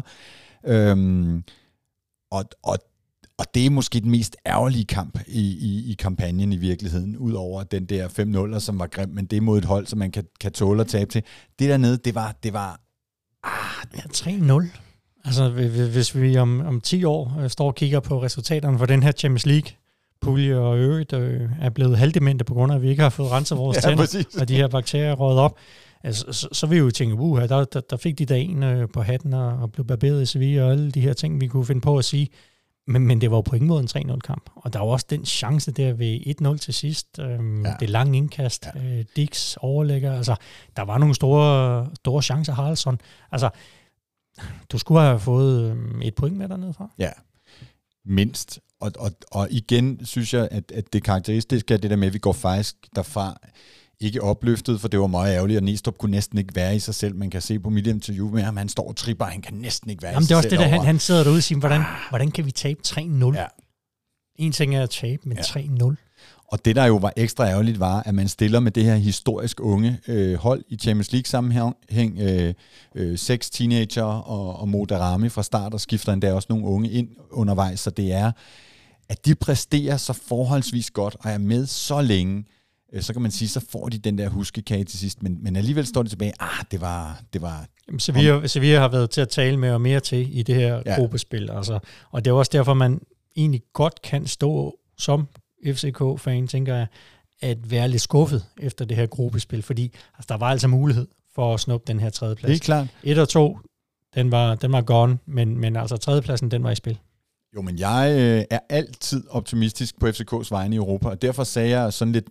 Og det er måske den mest ærgerlige kamp i kampagnen i virkeligheden, udover den der 5-0'er, som var grim, men det er mod et hold, som man kan tåle at tabe til. Det dernede, det var 3-0. Altså, hvis vi om 10 år står og kigger på resultaterne for den her Champions League-pulje, og øvrigt er blevet halvdemente på grund af, at vi ikke har fået renset vores tænder, og de her bakterier røget op, altså, så vil vi jo tænke, der fik de da en på hatten og blev barberet i Sevilla, og alle de her ting, vi kunne finde på at sige. Men det var jo på ingen måde en 3-0-kamp. Og der var også den chance der ved 1-0 til sidst. Det lange indkast. Dix overlægger. Altså, der var nogle store chancer, Haraldsson. Altså, du skulle have fået 1 point med dernede fra. Ja, mindst. Og igen synes jeg, at det karakteristiske er det der med, at vi går faktisk derfra ikke opløftet, for det var meget ærgerligt, og Næstrup kunne næsten ikke være i sig selv. Man kan se på mit interview med ham, han står og tripper, han kan næsten ikke være i sig selv. Det er også det, han sidder derude og siger, hvordan kan vi tabe 3-0? Ja. En ting er at tabe, men 3-0. Og det, der jo var ekstra ærgerligt, var, at man stiller med det her historisk unge hold i Champions League-sammenhæng. 6 teenager og Mo Darami fra start, og skifter endda også nogle unge ind undervejs. Så det er, at de præsterer så forholdsvis godt, og er med så længe, så kan man sige, så får de den der huskekage til sidst. Men alligevel står de tilbage, det var. Jamen, Sevilla har været til at tale med og mere til i det her gruppespil. Altså. Og det er også derfor, man egentlig godt kan stå som FCK-fan, tænker jeg, at være lidt skuffet efter det her gruppespil, fordi altså, der var altså mulighed for at snuppe den her tredjeplads. Det er klart. 1 og 2, den var gone, men altså tredjepladsen, den var i spil. Jo, men jeg er altid optimistisk på FCK's vegne i Europa, og derfor sagde jeg sådan lidt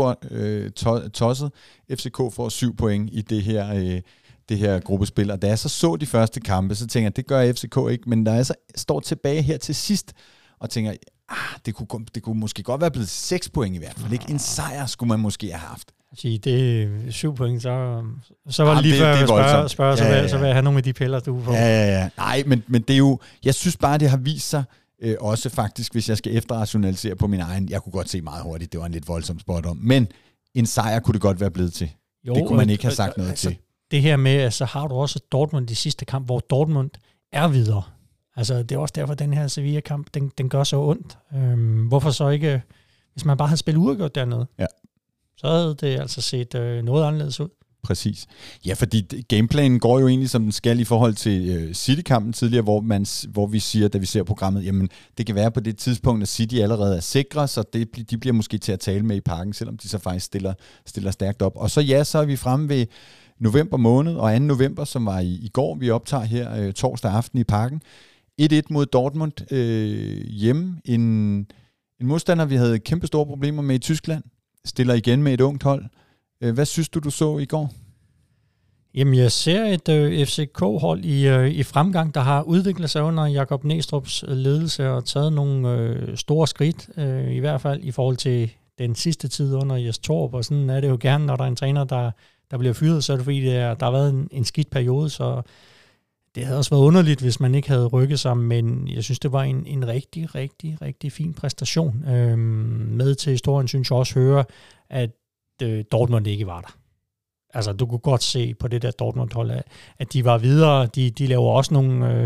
tosset, FCK får 7 point i det her gruppespil, og da jeg så de første kampe, så tænker jeg, det gør FCK ikke, men da jeg så står tilbage her til sidst, og tænker, det kunne måske godt være blevet 6 point i hvert fald, ikke? En sejr skulle man måske have haft. Det er 7 point, så var det lige før jeg spørger, så vil jeg have nogle af de piller, du får. Ja. Nej, men det er jo, jeg synes bare, det har vist sig, også faktisk, hvis jeg skal efterrationalisere på min egen, jeg kunne godt se meget hurtigt, det var en lidt voldsom spot om, men en sejr kunne det godt være blevet til. Jo, det kunne man ikke have sagt noget til. Det her med, så har du også Dortmund i sidste kamp, hvor Dortmund er videre. Altså, det er også derfor, den her Sevilla-kamp, den gør så ondt. Hvorfor så ikke, hvis man bare havde spillet uafgjort dernede, så havde det altså set noget anderledes ud. Præcis. Ja, fordi gameplanen går jo egentlig, som den skal i forhold til City-kampen tidligere, hvor vi siger, da vi ser programmet, jamen, det kan være på det tidspunkt, at City allerede er sikre, så de bliver måske til at tale med i parken, selvom de så faktisk stiller stærkt op. Og så er vi fremme ved november måned, og 2. november, som var i går, vi optager her torsdag aften i parken. 1-1 mod Dortmund hjemme. En modstander, vi havde kæmpe store problemer med i Tyskland. Stiller igen med et ungt hold. Hvad synes du så i går? Jamen, jeg ser et FCK-hold i fremgang, der har udviklet sig under Jakob Næstrups ledelse og taget nogle store skridt, i hvert fald i forhold til den sidste tid under Jes Torp, og sådan er det jo gerne, når der er en træner, der bliver fyret, så er det fordi, der har været en skidt periode, så det havde også været underligt, hvis man ikke havde rykket sig, men jeg synes, det var en rigtig, rigtig, rigtig fin præstation. Med til historien synes jeg også høre, at Dortmund ikke var der. Altså, du kunne godt se på det der Dortmund-hold, at de var videre. De laver også nogle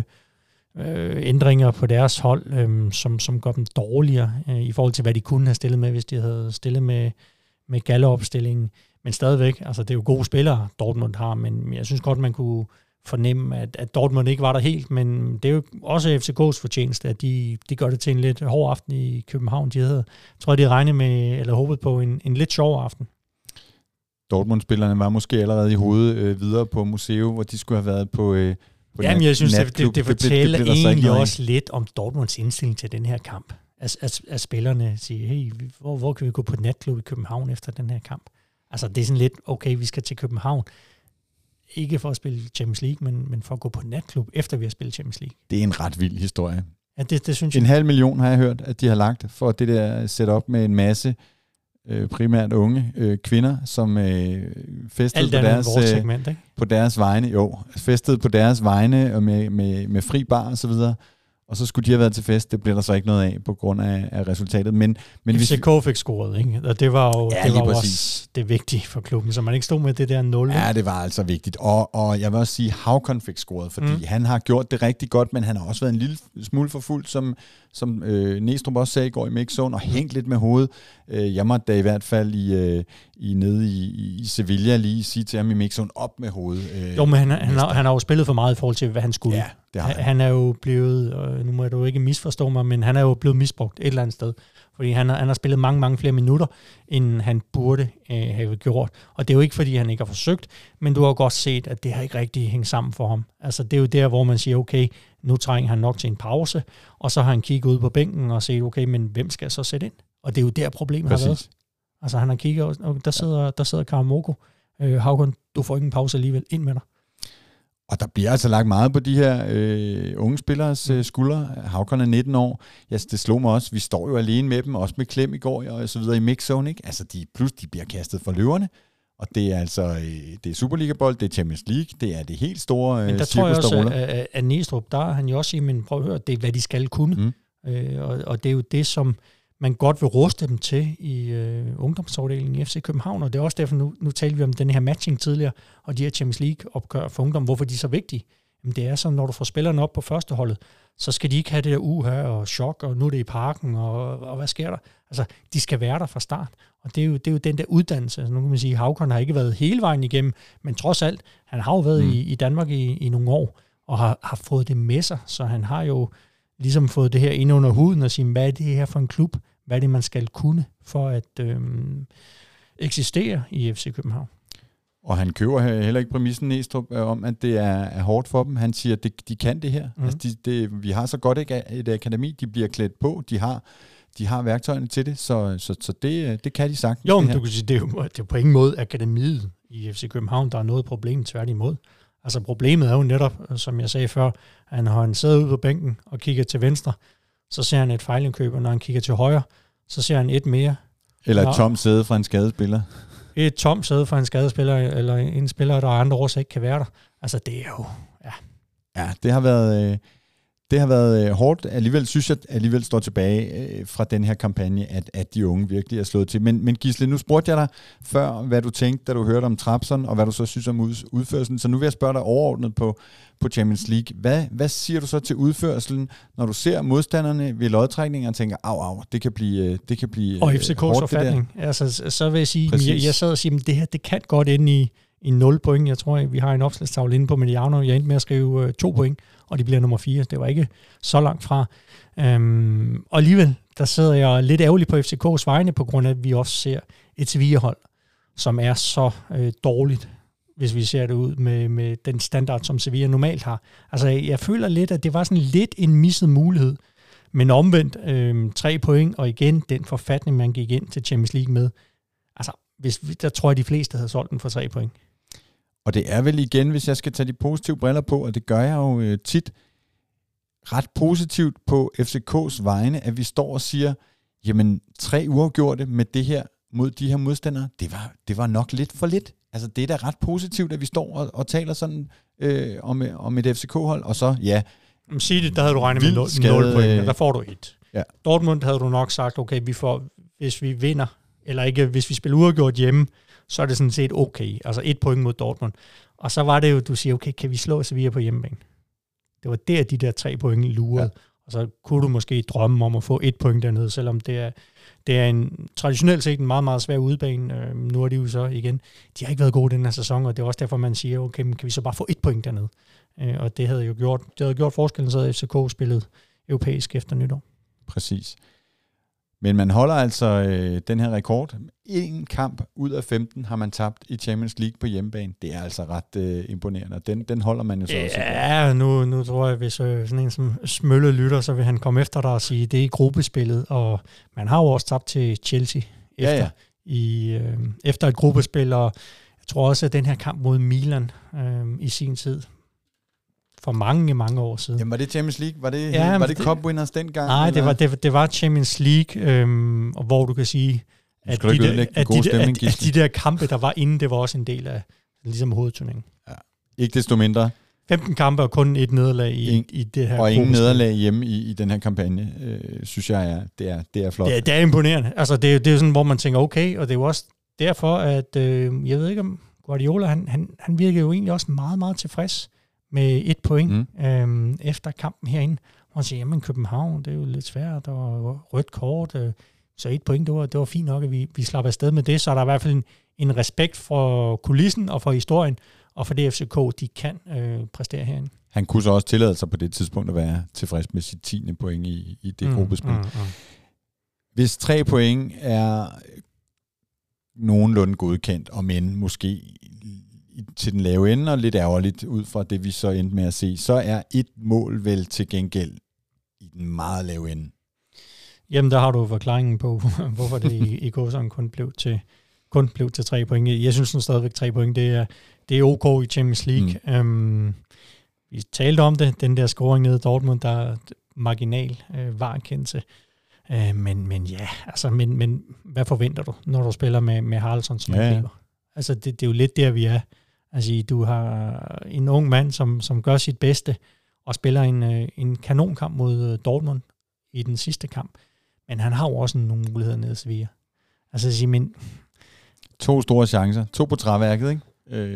ændringer på deres hold, som gør dem dårligere i forhold til, hvad de kunne have stillet med, hvis de havde stillet med galleopstillingen. Men stadigvæk, altså det er jo gode spillere, Dortmund har, men jeg synes godt, man kunne fornemme, at Dortmund ikke var der helt, men det er jo også FCK's fortjeneste, at de gør det til en lidt hård aften i København. Jeg tror, de regnede med, eller håbede på en lidt sjov aften. Dortmund-spillerne var måske allerede i hovedet videre på museum, hvor de skulle have været på jamen, jeg synes, det fortæller egentlig også lidt om Dortmunds indstilling til den her kamp. At spillerne siger, hey, hvor kan vi gå på natklub i København efter den her kamp? Altså, det er sådan lidt, okay, vi skal til København. Ikke for at spille Champions League, men for at gå på natklub, efter vi har spillet Champions League. Det er en ret vild historie. Ja, det synes jeg. 500.000 har jeg hørt, at de har lagt for det der setup med en masse primært unge kvinder, som festede på deres vegne. Jo, festede på deres vegne og med fri bar og så videre. Og så skulle de have været til fest. Det blev der så ikke noget af på grund af resultatet. Men FCK fik scoret, ikke? Og det var jo også det vigtige for klubben, så man ikke stod med det der 0. Ja, det var altså vigtigt. Og jeg vil også sige, Haucon fik scoret, fordi han har gjort det rigtig godt, men han har også været en lille smule for fuld, som Næstrup også sagde i går i mixzone, og hængt lidt med hovedet. Jeg måtte da i hvert fald nede i Sevilla lige sige til ham i mixzone, op med hovedet. Jo, men han har jo spillet for meget i forhold til, hvad han skulle. Ja, det har han er jo blevet, nu må du ikke misforstå mig, men han er jo blevet misbrugt et eller andet sted. Fordi han har spillet mange, mange flere minutter, end han burde have gjort. Og det er jo ikke, fordi han ikke har forsøgt, men du har godt set, at det har ikke rigtig hængt sammen for ham. Altså, det er jo der, hvor man siger, okay, nu trænger han nok til en pause, og så har han kigget ud på bænken og set, okay, men hvem skal så sætte ind? Og det er jo der, problemet har været. Altså, han har kigget, og der sidder Karamoko. Haucon, du får ikke en pause alligevel. Ind med dig. Og der bliver altså lagt meget på de her unge spillers skuldre. Haucon er 19 år. Ja, det slog mig også. Vi står jo alene med dem, også med Klem i går og så videre i mixzone, ikke? Altså, de bliver kastet for løverne. Og det er altså det er Superliga-bold, det er Champions League, det er det helt store men der tror jeg også, at Næstrup, der han jo også siger, men prøv at høre, det er, hvad de skal kunne. Og det er jo det, som man godt vil ruste dem til i ungdomsafdelingen i FC København, og det er også derfor, nu talte vi om den her matching tidligere, og de her Champions League-opgør for ungdom, hvorfor de er så vigtige. Jamen det er sådan, når du får spillerne op på førsteholdet, så skal de ikke have det der her og chok, og nu er det i parken, og hvad sker der? Altså, de skal være der fra start, og det er jo den der uddannelse. Altså, nu kan man sige, at Haucon har ikke været hele vejen igennem, men trods alt, han har jo været i Danmark i nogle år, og har fået det med sig, så han har jo ligesom fået det her ind under huden og sige, hvad er det her for en klub? Hvad er det, man skal kunne for at eksistere i FC København? Og han køber heller ikke præmissen, Næstrup, om, at det er hårdt for dem. Han siger, at de kan det her. Altså, vi har så godt et akademi, de bliver klædt på, de har værktøjerne til det, så det kan de sagtens. Jo, men du kan sige, det er jo på ingen måde akademiet i FC København, der er noget problem, tværtimod. Altså problemet er jo netop, som jeg sagde før, at når han sidder ude på bænken og kigger til venstre, så ser han et fejlindkøb, og når han kigger til højre, så ser han et mere. Eller et tomt sæde fra en skadespiller. Et tomt sæde fra en skadespiller, eller en spiller, der andre årsager ikke kan være der. Altså det er jo, Ja, det har været hårdt. Alligevel synes jeg, at står tilbage fra den her kampagne, at de unge virkelig er slået til. Men Gisle, nu spurgte jeg dig før, hvad du tænkte, da du hørte om Trabzon, og hvad du så synes om udførelsen. Så nu vil jeg spørge dig overordnet på Champions League. Hvad siger du så til udførelsen, når du ser modstanderne ved lodtrækning og tænker, au, det kan blive og FCK's forfatning. Altså, så vil jeg sige, jeg sad og sige, at det her, det kan godt ende i 0 point. Jeg tror, vi har en opslagstavle inde på Mediano. Jeg endte med at skrive 2 point, og de bliver nummer 4. Det var ikke så langt fra. Og alligevel, der sidder jeg lidt ærgerlig på FCK's vegne, på grund af, at vi også ser et Sevilla-hold, som er så dårligt, hvis vi ser det ud med den standard, som Sevilla normalt har. Altså, jeg føler lidt, at det var sådan lidt en misset mulighed, men omvendt 3 point, og igen den forfatning, man gik ind til Champions League med. Altså, der tror jeg, de fleste havde solgt den for 3 point. Og det er vel igen, hvis jeg skal tage de positive briller på, og det gør jeg jo tit, ret positivt på FCK's vegne, at vi står og siger, jamen 3 uafgjorte med det her mod de her modstandere, det var nok lidt for lidt. Altså det er da ret positivt, at vi står og taler sådan om et FCK-hold, og så ja. Sig det, der havde du regnet med 0 point, og der får du 1. Ja. Dortmund havde du nok sagt, okay, hvis vi vinder, eller ikke, hvis vi spiller uafgjort hjemme, så er det sådan set okay. Altså 1 point mod Dortmund. Og så var det jo, du siger, okay, kan vi slå Sevilla på hjemmebane? Det var der, de der 3 point lurede. Ja. Og så kunne du måske drømme om at få 1 point dernede, selvom det er en traditionelt set en meget, meget svær udebane. Nu er de jo så igen, de har ikke været gode den her sæson, og det er også derfor, man siger, okay, men kan vi så bare få 1 point dernede? Og det havde jo gjort forskellen, så havde FCK spillet europæisk efter nytår. Præcis. Men man holder altså den her rekord. 1 kamp ud af 15 har man tabt i Champions League på hjemmebane. Det er altså ret imponerende. Den holder man jo så også. Ja, nu tror jeg, hvis sådan en som Smølle lytter, så vil han komme efter dig og sige, det er gruppespillet. Og man har jo også tabt til Chelsea efter et gruppespil. Og jeg tror også, at den her kamp mod Milan i sin tid, for mange år siden. Jamen, var det Champions League? Var det Cup Winners dengang? Nej, det var Champions League, og hvor du kan sige, at de der kampe, der var inde, det var også en del af ligesom hovedturneringen. Ja. Ikke desto mindre. 15 kampe og kun 1 nederlag i det her. Og ingen nederlag hjemme i den her kampagne, synes jeg, det er flot. Det er imponerende. Altså, det er sådan, hvor man tænker, okay, og det er jo også derfor, at jeg ved ikke om Guardiola, han virker jo egentlig også meget, meget tilfreds med 1 point efter kampen herinde. Og siger, jamen København, det er jo lidt svært, og rødt kort, så 1 point, det var fint nok, at vi slapper afsted med det. Så er der i hvert fald en respekt for kulissen og for historien, og for det FCK, de kan præstere herinde. Han kunne så også tillade sig på det tidspunkt at være tilfreds med sit 10. point i det gruppespil. Hvis 3 point er nogenlunde godkendt, og men måske til den lave ende, og lidt ærgerligt ud fra det, vi så endte med at se, så er 1 mål vel til gengæld i den meget lave ende. Jamen, der har du forklaringen på, hvorfor det i gåsøjne kun blev til 3 point. Jeg synes nu stadigvæk 3 point, det er ok i Champions League. Vi talte om det, den der scoring nede i Dortmund, der er marginal varekendelse. Men ja, altså, men hvad forventer du, når du spiller med Haraldsson som angriber? Altså, det er jo lidt der, vi er. Altså, du har en ung mand, som gør sit bedste, og spiller en kanonkamp mod Dortmund i den sidste kamp. Men han har jo også nogle muligheder nede i Sevilla. Altså at sige, men 2 store chancer. 2 på træværket, ikke?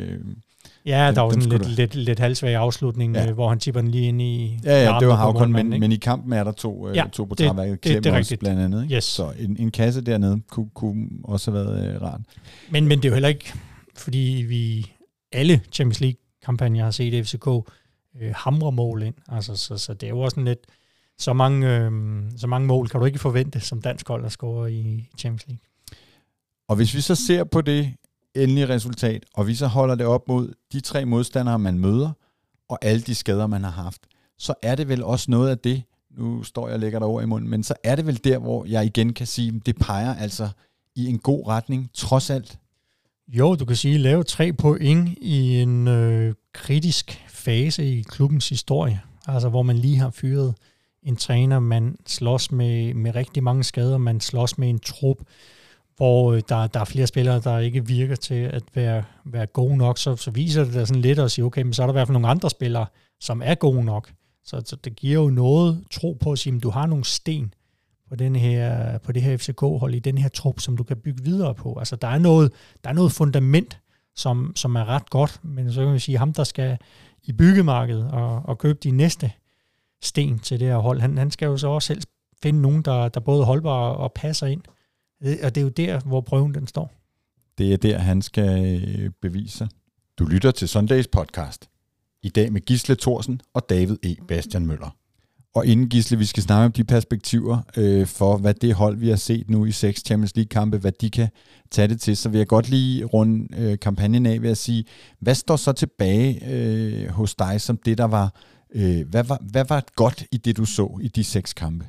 Ja, der var sådan lidt halvsvag afslutning, hvor han tipper den lige ind i... Ja, det var Havkon, men i kampen er der 2 på træværket. Det er også blandt andet. Ikke? Yes. Så en kasse dernede kunne også have været rart. Men det er jo heller ikke, fordi vi alle Champions League-kampagner har set FCK hamre mål ind. Altså, så det er jo også sådan lidt... Så mange mål kan du ikke forvente, som dansk hold, der scorer i Champions League. Og hvis vi så ser på det endelige resultat, og vi så holder det op mod de 3 modstandere, man møder, og alle de skader, man har haft, så er det vel også noget af det, nu står jeg og lægger der ord i munden, men så er det vel der, hvor jeg igen kan sige, det peger altså i en god retning, trods alt. Jo, du kan sige, lave 3 point i en kritisk fase i klubbens historie, altså hvor man lige har fyret en træner, man slås med rigtig mange skader, man slås med en trup, hvor der er flere spillere, der ikke virker til at være gode nok, så viser det da sådan lidt at sige, okay, men så er der i hvert fald nogle andre spillere, som er gode nok. Så det giver jo noget tro på at sige, at du har nogle sten på det her FCK-hold, i den her trup, som du kan bygge videre på. Altså der er noget fundament, som er ret godt, men så kan vi sige, ham der skal i byggemarkedet og købe de næste sten til det her hold, han skal jo så også selv finde nogen, der både holdbare og passer ind. Og det er jo der, hvor prøven den står. Det er der, han skal bevise sig. Du lytter til Sundays podcast. I dag med Gisle Thorsen og David E. Bastian Møller. Og inden Gisle, vi skal snakke om de perspektiver for, hvad det hold, vi har set nu i 6 Champions League-kampe, hvad de kan tage det til, så vil jeg godt lige runde kampagnen af ved at sige, hvad står så tilbage hos dig som det, der var, hvad var godt i det, du så i de 6 kampe?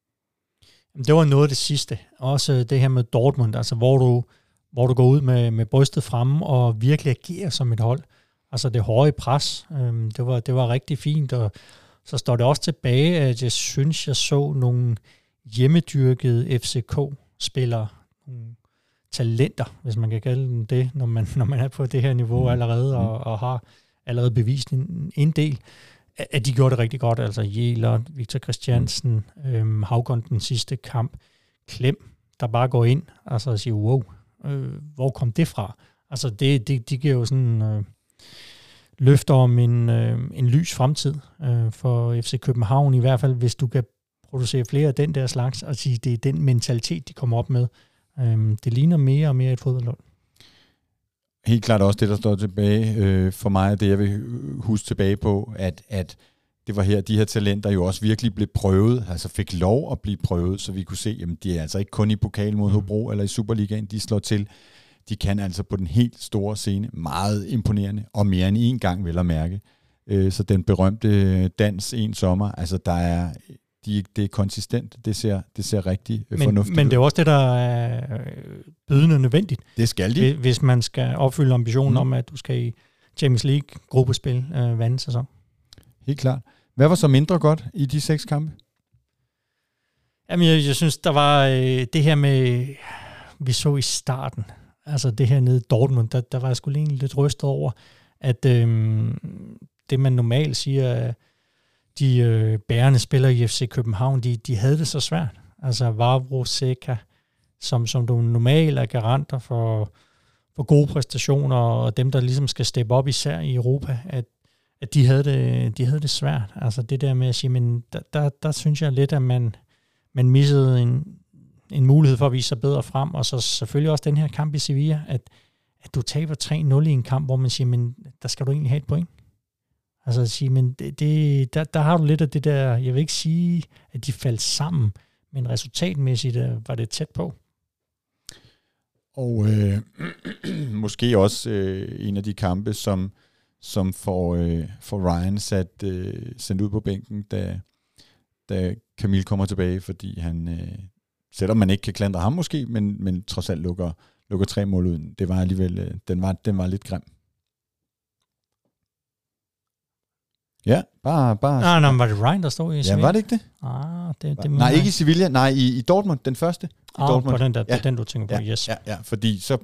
Det var noget af det sidste. Også det her med Dortmund, altså hvor du går ud med brystet fremme og virkelig agerer som et hold. Altså det høje pres, det var rigtig fint, og så står det også tilbage, at jeg synes, jeg så nogle hjemmedyrkede FCK-spillere, nogle talenter, hvis man kan kalde dem det, når man er på det her niveau allerede, og har allerede bevist en del, at de gjorde det rigtig godt. Altså Jæler, Victor Christiansen, Havkon den sidste kamp, Klem, der bare går ind altså og siger, wow, hvor kom det fra? Altså det giver jo sådan løfter om en lys fremtid for FC København, i hvert fald hvis du kan producere flere af den der slags, og sige, det er den mentalitet, de kommer op med. Det ligner mere og mere et fodboldhold. Helt klart også det, der står tilbage for mig, det jeg vil huske tilbage på, at det var her, de her talenter jo også virkelig blev prøvet, altså fik lov at blive prøvet, så vi kunne se, jamen de er altså ikke kun i pokal mod Hobro eller i Superligaen, de slår til. De kan altså på den helt store scene meget imponerende, og mere end en gang vel at mærke. Så den berømte dans en sommer, altså der er, det er konsistent, det ser rigtig fornuftigt ud. Men det er også det, der er bydende nødvendigt. Det skal de. Hvis man skal opfylde ambitionen om, at du skal i Champions League-gruppespil hver anden sæson. Helt klart. Hvad var så mindre godt i de 6 kampe? Jamen, jeg synes, der var det her med, vi så i starten, altså det her nede i Dortmund, der var jeg sgu egentlig lidt rystet over, at det man normalt siger, de bærende spillere i FC København, de havde det så svært. Altså Vavro, Seca, som du normalt er garanter for gode præstationer, og dem, der ligesom skal steppe op især i Europa, at de havde det svært. Altså det der med at sige, men der synes jeg lidt, at man missede en mulighed for at vise sig bedre frem, og så selvfølgelig også den her kamp i Sevilla, at du taber 3-0 i en kamp, hvor man siger, men der skal du egentlig have et point. Altså at sige, men der har du lidt af det der, jeg vil ikke sige, at de faldt sammen, men resultatmæssigt var det tæt på. Og måske også en af de kampe, som får Ryan sendt ud på bænken, da Camille kommer tilbage, fordi han, selvom man ikke kan klandre ham måske, men trods alt lukker 3 mål ud. Det var alligevel, den var lidt grim. Ja, bare... Nej, var det Ryan, der stod i Sevilla? Ja, var det ikke det? Nej, ikke i Sevilla. Nej, i Dortmund, den første. Dortmund. På den der, ja. Den du tænker på, yes. Ja, fordi så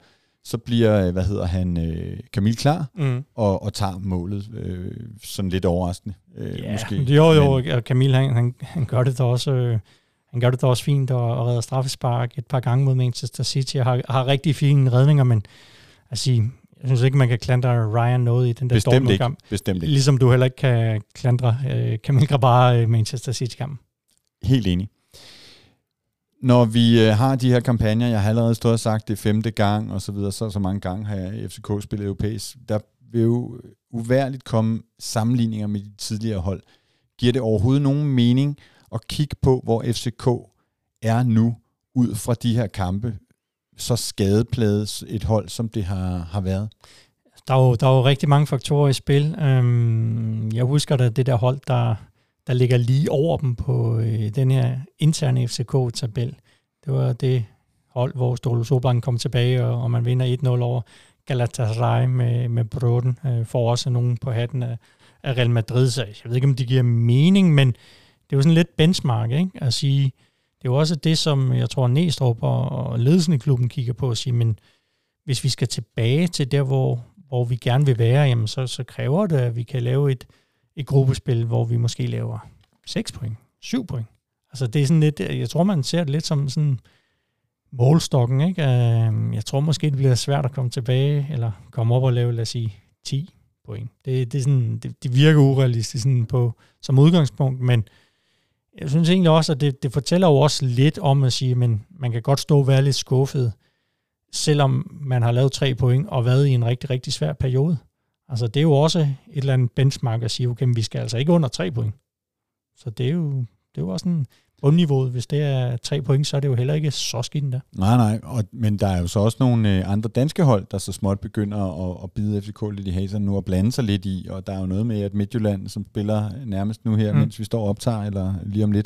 bliver Camille klar, og tager målet sådan lidt overraskende. Ja, måske. Jo, og Camille, han gør det da også... Han gør det da også fint og redder straffespark et par gange mod Manchester City og har rigtig fine redninger, men altså, jeg synes ikke, man kan klandre Ryan noget i den der Dortmund-kamp. Bestemt ikke. Ligesom du heller ikke kan klandre Kamil Grabara Manchester City-kampen. Helt enig. Når vi har de her kampagner, jeg har allerede stået og sagt, det er 5. gang, og så videre, så mange gange har jeg FCK spillet europæisk, der vil jo uværligt komme sammenligninger med de tidligere hold. Giver det overhovedet nogen mening at kigge på, hvor FCK er nu, ud fra de her kampe, så skadepladet et hold, som det har været? Der er jo rigtig mange faktorer i spil. Jeg husker da det der hold, der ligger lige over dem på den her interne FCK-tabel. Det var det hold, hvor Ståle Solbakken kom tilbage, og man vinder 1-0 over Galatasaray med Broden. Får også nogen på hatten af Real Madrid, så jeg ved ikke, om det giver mening, men det er jo sådan lidt benchmark, ikke? At sige, det er jo også det, som jeg tror, Næstrup og ledelsen i klubben kigger på og siger, men hvis vi skal tilbage til der, hvor vi gerne vil være, jamen så kræver det, at vi kan lave et gruppespil, hvor vi måske laver 6 point, 7 point. Altså det er sådan lidt, jeg tror, man ser det lidt som sådan målstokken, ikke? Jeg tror måske, det bliver svært at komme tilbage, eller komme op og lave, lad os sige, 10 point. Det er sådan, det virker urealistisk sådan som udgangspunkt, men jeg synes egentlig også, at det fortæller jo også lidt om at sige, men man kan godt stå og være lidt skuffet, selvom man har lavet 3 point og været i en rigtig, rigtig svær periode. Altså det er jo også et eller andet benchmark at sige, okay, men vi skal altså ikke under 3 point. Så det er jo også en bundniveauet. Hvis det er 3 point, så er det jo heller ikke så skidt endda. Nej, men der er jo så også nogle andre danske hold, der så småt begynder at bide FCK lidt i haserne nu og blande sig lidt i, og der er jo noget med, at Midtjylland, som spiller nærmest nu her, mens vi står og optager, eller lige om lidt,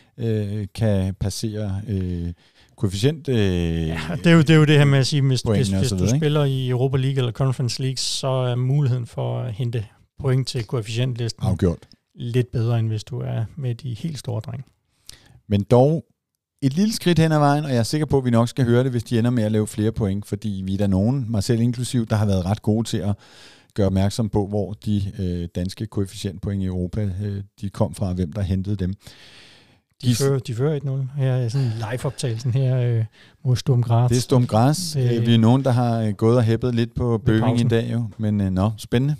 kan passere koefficient. Det er jo det her med at sige, hvis du spiller i Europa League eller Conference League, så er muligheden for at hente point til koefficientlisten afgjort lidt bedre, end hvis du er med de helt store drenge. Men dog et lille skridt hen ad vejen, og jeg er sikker på, at vi nok skal høre det, hvis de ender med at lave flere point, fordi vi er der nogen, mig selv inklusiv, der har været ret gode til at gøre opmærksom på, hvor de danske koefficientpoint i Europa, de kom fra, og hvem der hentede dem. De fører 1-0. Her er sådan en live-optagelsen her mod Sturm Graz. Det er Sturm Graz. Vi er nogen, der har gået og hæppet lidt på Bøving i dag, jo. Men spændende.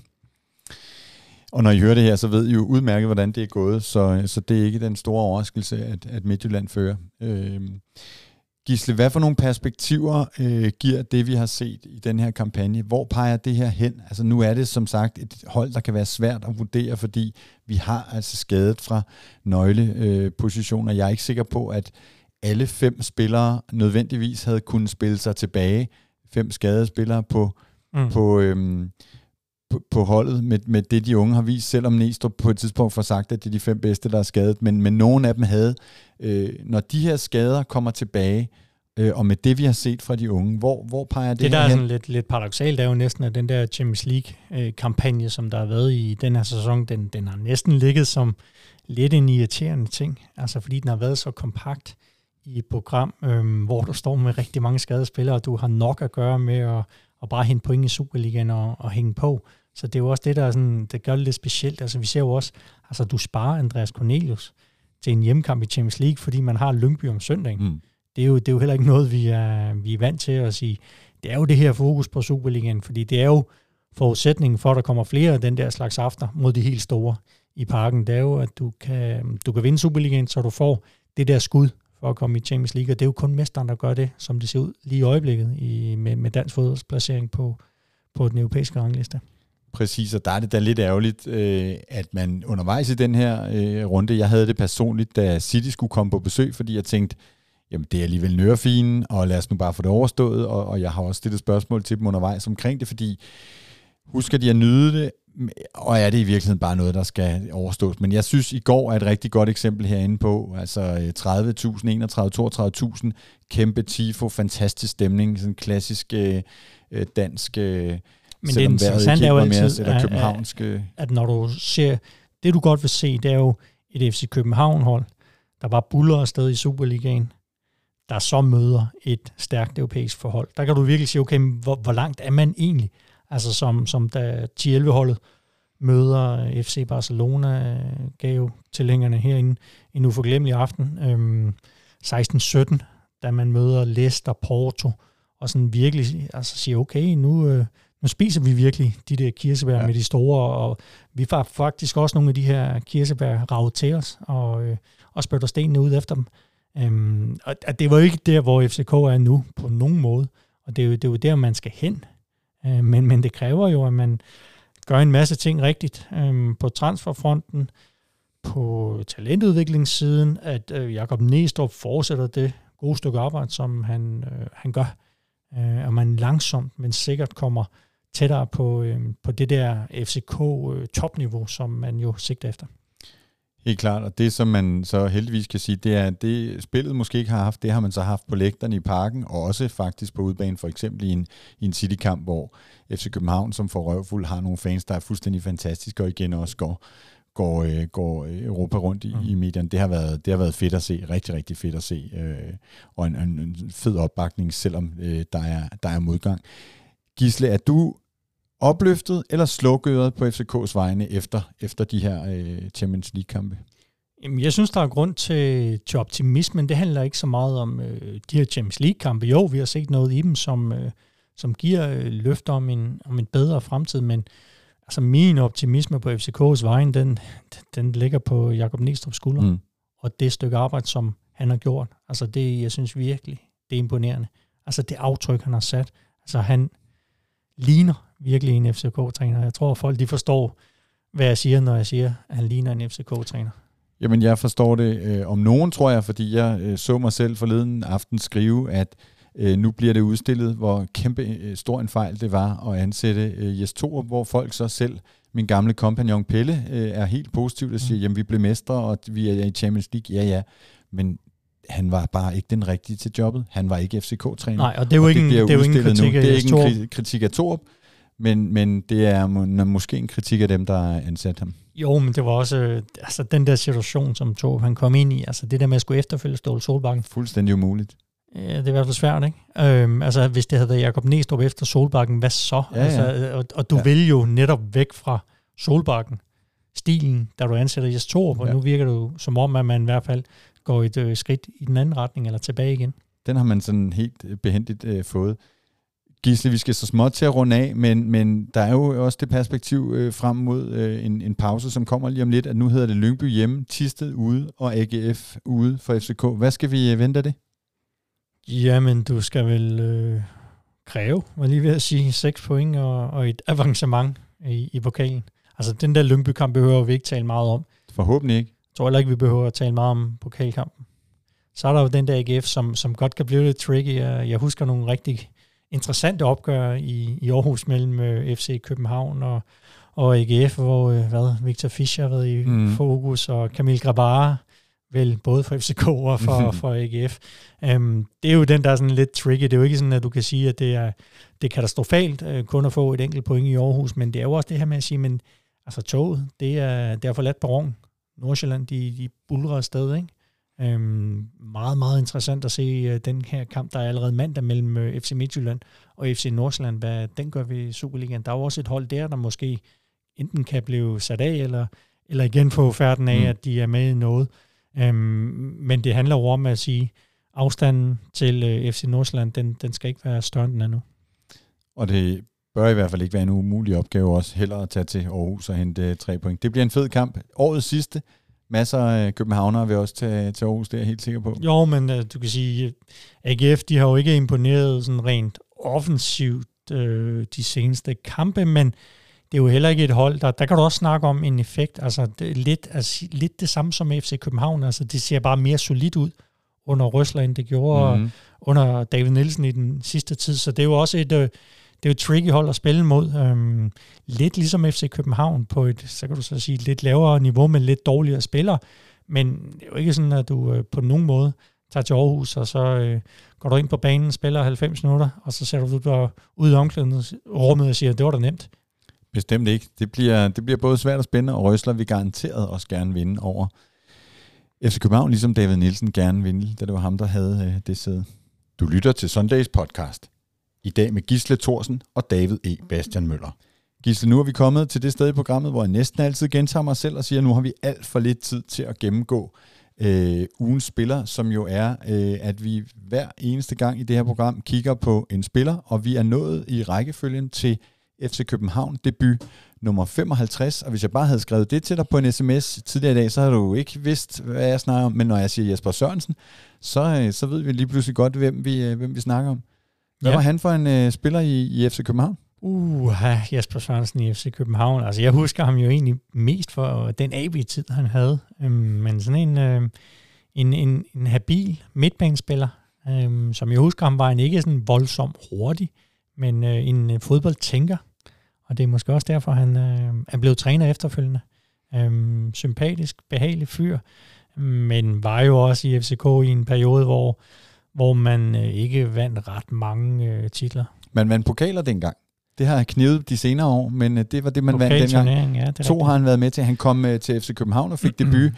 Og når I hører det her, så ved I jo udmærket, hvordan det er gået, så det er ikke den store overraskelse, at Midtjylland fører. Gisle, hvad for nogle perspektiver giver det, vi har set i den her kampagne? Hvor peger det her hen? Altså nu er det som sagt et hold, der kan være svært at vurdere, fordi vi har altså skadet fra nøglepositioner. Jeg er ikke sikker på, at alle 5 spillere nødvendigvis havde kunnet spille sig tilbage. 5 skadede spillere på holdet med det, de unge har vist, selvom Næstrup på et tidspunkt får sagt, at det er de 5 bedste, der er skadet, men nogle af dem havde. Når de her skader kommer tilbage, og med det, vi har set fra de unge, hvor peger det her hen? Det, der er sådan lidt paradoksalt, er jo næsten, at den der Champions League-kampagne, som der har været i den her sæson, den har næsten ligget som lidt en irriterende ting, altså fordi den har været så kompakt i et program, hvor du står med rigtig mange skadede spillere, og du har nok at gøre med at bare hente point i Superligaen og hænge på. Så det er jo også det, der er sådan, det gør det lidt specielt. Altså vi ser jo også, altså du sparer Andreas Cornelius til en hjemmekamp i Champions League, fordi man har Lyngby om søndagen. Det er jo heller ikke noget, vi er vant til at sige. Det er jo det her fokus på Superligaen, fordi det er jo forudsætningen for, at der kommer flere af den der slags aftener mod de helt store i parken. Det er jo, at du kan vinde Superligaen, så du får det der skud for at komme i Champions League, og det er jo kun mesteren, der gør det, som det ser ud lige i øjeblikket med dansk fodbolds placering på den europæiske rangliste. Præcis, og der er det da lidt ærgerligt, at man undervejs i den her runde, jeg havde det personligt, da City skulle komme på besøg, fordi jeg tænkte, jamen det er alligevel nørefinen, og lad os nu bare få det overstået, og jeg har også stillet spørgsmål til dem undervejs omkring det, fordi husker de at nyde det, og er det i virkeligheden bare noget, der skal overstås. Men jeg synes, i går er et rigtig godt eksempel herinde på, altså 30.000, 31.000, 32.000, kæmpe tifo, fantastisk stemning, sådan klassisk dansk... Men det interessante er jo altid, at når du ser, det du godt vil se, det er jo et FC København-hold, der bare buller afsted i Superligaen, der så møder et stærkt europæisk forhold. Der kan du virkelig sige, okay, hvor langt er man egentlig? Altså som da 10-11-holdet møder FC Barcelona, gav tilhængerne herinde en uforglemmelig aften. 16-17, da man møder Leicester, Porto, og sådan virkelig altså siger, okay, nu spiser vi virkelig de der kirsebær med de store, og vi får faktisk også nogle af de her kirsebær ravet til os, og spytter stenene ud efter dem. Og det var jo ikke der, hvor FCK er nu, på nogen måde, og det er jo der, man skal hen. Men det kræver jo, at man gør en masse ting rigtigt på transferfronten, på talentudviklingssiden, at Jakob Næstrup fortsætter det gode stykke arbejde, som han gør, og man langsomt, men sikkert kommer tættere på det der FCK-topniveau, som man jo sigter efter. Helt klart, og det som man så heldigvis kan sige, det er, at det spillet måske ikke har haft, det har man så haft på lægterne i Parken, og også faktisk på udbanen, for eksempel i en City-kamp, hvor FC København, som får røvfuld, har nogle fans, der er fuldstændig fantastiske, og igen også går Europa rundt i medierne. Det har været fedt at se, rigtig, rigtig fedt at se, og en fed opbakning, selvom der er modgang. Gisle, er du opløftet eller slukøret på FCK's vegne efter de her Champions League-kampe? Jamen, jeg synes, der er grund til optimisme, men det handler ikke så meget om de her Champions League-kampe. Jo, vi har set noget i dem, som giver løfter om en bedre fremtid, men altså min optimisme på FCK's vegne, den ligger på Jakob Næstrups skuldre, og det stykke arbejde, som han har gjort. Altså det, jeg synes virkelig, det er imponerende. Altså det aftryk, han har sat. Altså han ligner virkelig en FCK-træner. Jeg tror, folk de forstår, hvad jeg siger, når jeg siger, at han ligner en FCK-træner. Jamen, jeg forstår det om nogen, tror jeg, fordi jeg så mig selv forleden aften skrive, at nu bliver det udstillet, hvor kæmpe stor en fejl det var at ansætte Jes Torup, hvor folk så selv, min gamle kompagnon Pelle, er helt positivt og siger, jamen vi blev mestre, og vi er i Champions League, ja, men han var bare ikke den rigtige til jobbet. Han var ikke FCK-træner. Nej, og det er jo ikke en kritik af Jes Torup. Det er ikke en kritik af Torup, men det er måske en kritik af dem, der har ansat ham. Jo, men det var også altså den der situation, som Torup han kom ind i, altså det der med at skulle efterfølge Ståle Solbakken. Fuldstændig umuligt. Ja, det er i hvert fald svært, ikke? Altså, hvis det havde været Jakob Næstrup efter Solbakken, hvad så? Ja, altså, og du vil jo netop væk fra Solbakken, stilen, da du ansætter Jes Torup, og nu virker det jo som om, at man i hvert fald går et skridt i den anden retning, eller tilbage igen. Den har man sådan helt behændigt fået. Gisle, vi skal så småt til at runde af, men der er jo også det perspektiv frem mod en pause, som kommer lige om lidt, at nu hedder det Lyngby hjemme, Thisted ude og AGF ude for FCK. Hvad skal vi vente af det? Jamen, du skal vel kræve, var lige ved at sige, 6 point og et avancement i pokalen. Altså, den der Lyngby-kamp behøver vi ikke tale meget om. Forhåbentlig ikke. Jeg tror heller ikke, vi behøver at tale meget om pokalkampen. Så er der jo den der AGF, som godt kan blive lidt tricky. Jeg husker nogle rigtig interessante opgør i Aarhus mellem FC København og AGF, hvor Victor Fischer har været i fokus, og Kamil Grabara, vel både for FCK og for AGF. Det er jo den, der er sådan lidt tricky. Det er jo ikke sådan, at du kan sige, at det er katastrofalt kun at få et enkelt point i Aarhus, men det er jo også det her med at sige, men altså toget, det er forladt perron. Nordsjælland, de bulrer afsted, ikke? Meget, meget interessant at se den her kamp, der er allerede mandag mellem FC Midtjylland og FC Nordsjælland, hvad den gør ved Superligaen. Der er jo også et hold der måske enten kan blive sat af, eller igen få færden af, at de er med i noget. Men det handler jo om at sige, afstanden til FC Nordsjælland, den skal ikke være større end den er nu. Og det bør i hvert fald ikke være en umulig opgave også, heller at tage til Aarhus og hente 3 point. Det bliver en fed kamp. Årets sidste. Masser af københavnere vil også tage til Aarhus, det er jeg helt sikker på. Jo, men du kan sige, AGF, de har jo ikke imponeret sådan rent offensivt de seneste kampe, men det er jo heller ikke et hold, der kan du også snakke om en effekt, altså det er lidt det samme som FC København, altså det ser bare mere solidt ud under Røsler, end det gjorde under David Nielsen i den sidste tid, så det er jo også det er jo et tricky hold at spille mod. Lidt ligesom FC København på et, så kan du så sige, lidt lavere niveau, men lidt dårligere spillere. Men det er jo ikke sådan, at du på nogen måde tager til Aarhus, og så går du ind på banen, spiller 90 minutter, og så sætter du ud i omklædningsrummet og siger, det var da nemt. Bestemt ikke. Det bliver både svært og spændende, og Røsler vil garanteret også gerne vinde over FC København, ligesom David Nielsen gerne ville, da det var ham, der havde det sæde. Du lytter til Sundays podcast. I dag med Gisle Thorsen og David E. Bastian Møller. Gisle, nu er vi kommet til det sted i programmet, hvor jeg næsten altid gentager mig selv og siger, at nu har vi alt for lidt tid til at gennemgå ugens spiller, som jo er, at vi hver eneste gang i det her program kigger på en spiller, og vi er nået i rækkefølgen til FC København debut nummer 55, og hvis jeg bare havde skrevet det til dig på en sms tidligere i dag, så havde du ikke vidst, hvad jeg snakker om, men når jeg siger Jesper Sørensen, så ved vi lige pludselig godt, hvem vi snakker om. Hvad var han for en spiller i FC København? Jesper Sørensen i FC København. Altså, jeg husker ham jo egentlig mest for den AB-tid, han havde. Men sådan en habil midtbanespiller, som jeg husker ham, var han ikke sådan voldsomt hurtig, men en fodboldtænker. Og det er måske også derfor, han er blevet træner efterfølgende. Sympatisk, behagelig fyr, men var jo også i FCK i en periode, hvor man ikke vandt ret mange titler. Man vandt pokaler dengang. Det har knivet de senere år, men det var det, man vandt dengang. Ja, 2 har han været med til. Han kom til FC København og fik debut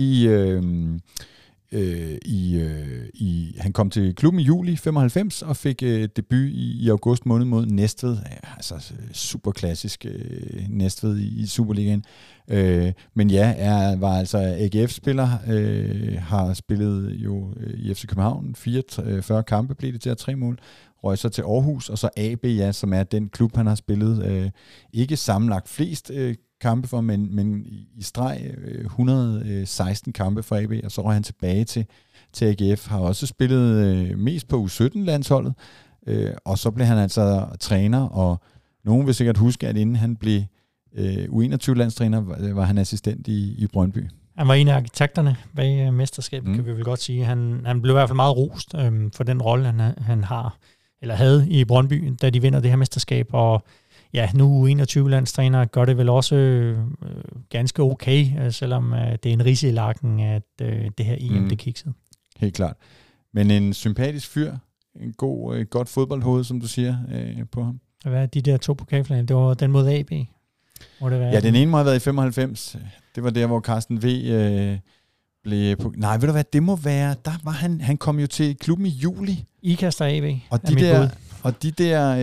han kom til klubben i juli 95 og fik debut i august måned mod Næstved. Altså super klassisk Næstved i Superligaen. Men ja, var altså AGF-spiller, har spillet jo i FC København 44 kampe, blev det til at 3 mål. Røg så til Aarhus, og så AB, ja, som er den klub, han har spillet ikke sammenlagt flest kampe for, men i streg 116 kampe for AB, og så røg han tilbage til AGF, har også spillet mest på U17-landsholdet, og så blev han altså træner, og nogen vil sikkert huske, at inden han blev U21-landstræner, var han assistent i Brøndby. Han var en af arkitekterne bag mesterskabet, kan vi vel godt sige. Han blev i hvert fald meget rost for den rolle, han har, eller havde i Brøndby, da de vinder det her mesterskab, og ja, nu U21-landstræner gør det vel også ganske okay, selvom det er en ris i lakken, at det her EM det kiksede. Helt klart. Men en sympatisk fyr, et godt fodboldhoved, som du siger, på ham. Hvad er de der 2 pokalflager? Det var den mod AB. Må det være? Ja, den ene må have været i 95. Det var der, hvor Carsten V blev på... Nej, ved du hvad, det må være... Der var han kom jo til klubben i juli. Ikast og AB. Og de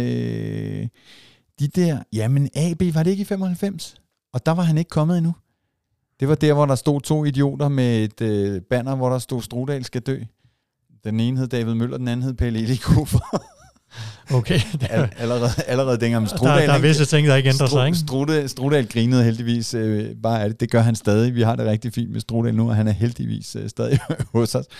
der... Jamen, AB, var det ikke i 95? Og der var han ikke kommet endnu. Det var der, hvor der stod 2 idioter med et banner, hvor der stod Strudal skal dø. Den ene hed David Møller, den anden hed Pelle Elikhofer. Okay. Allerede dengang Strudal... Der er visse ting, der ikke ændrer sig, ikke? Strudal grinede heldigvis bare af det. Det gør han stadig. Vi har det rigtig fint med Strudal nu, og han er heldigvis stadig hos os.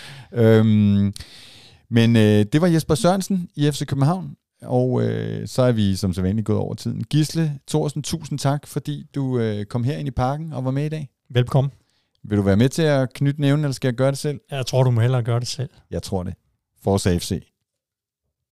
Men det var Jesper Sørensen i FC København, og så er vi som sædvanligt gået over tiden. Gisle Thorsen, tusind tak, fordi du kom her ind i parken og var med i dag. Velkommen. Vil du være med til at knytte nævnen, eller skal jeg gøre det selv? Jeg tror, du må hellere gøre det selv. Jeg tror det. Forza FC.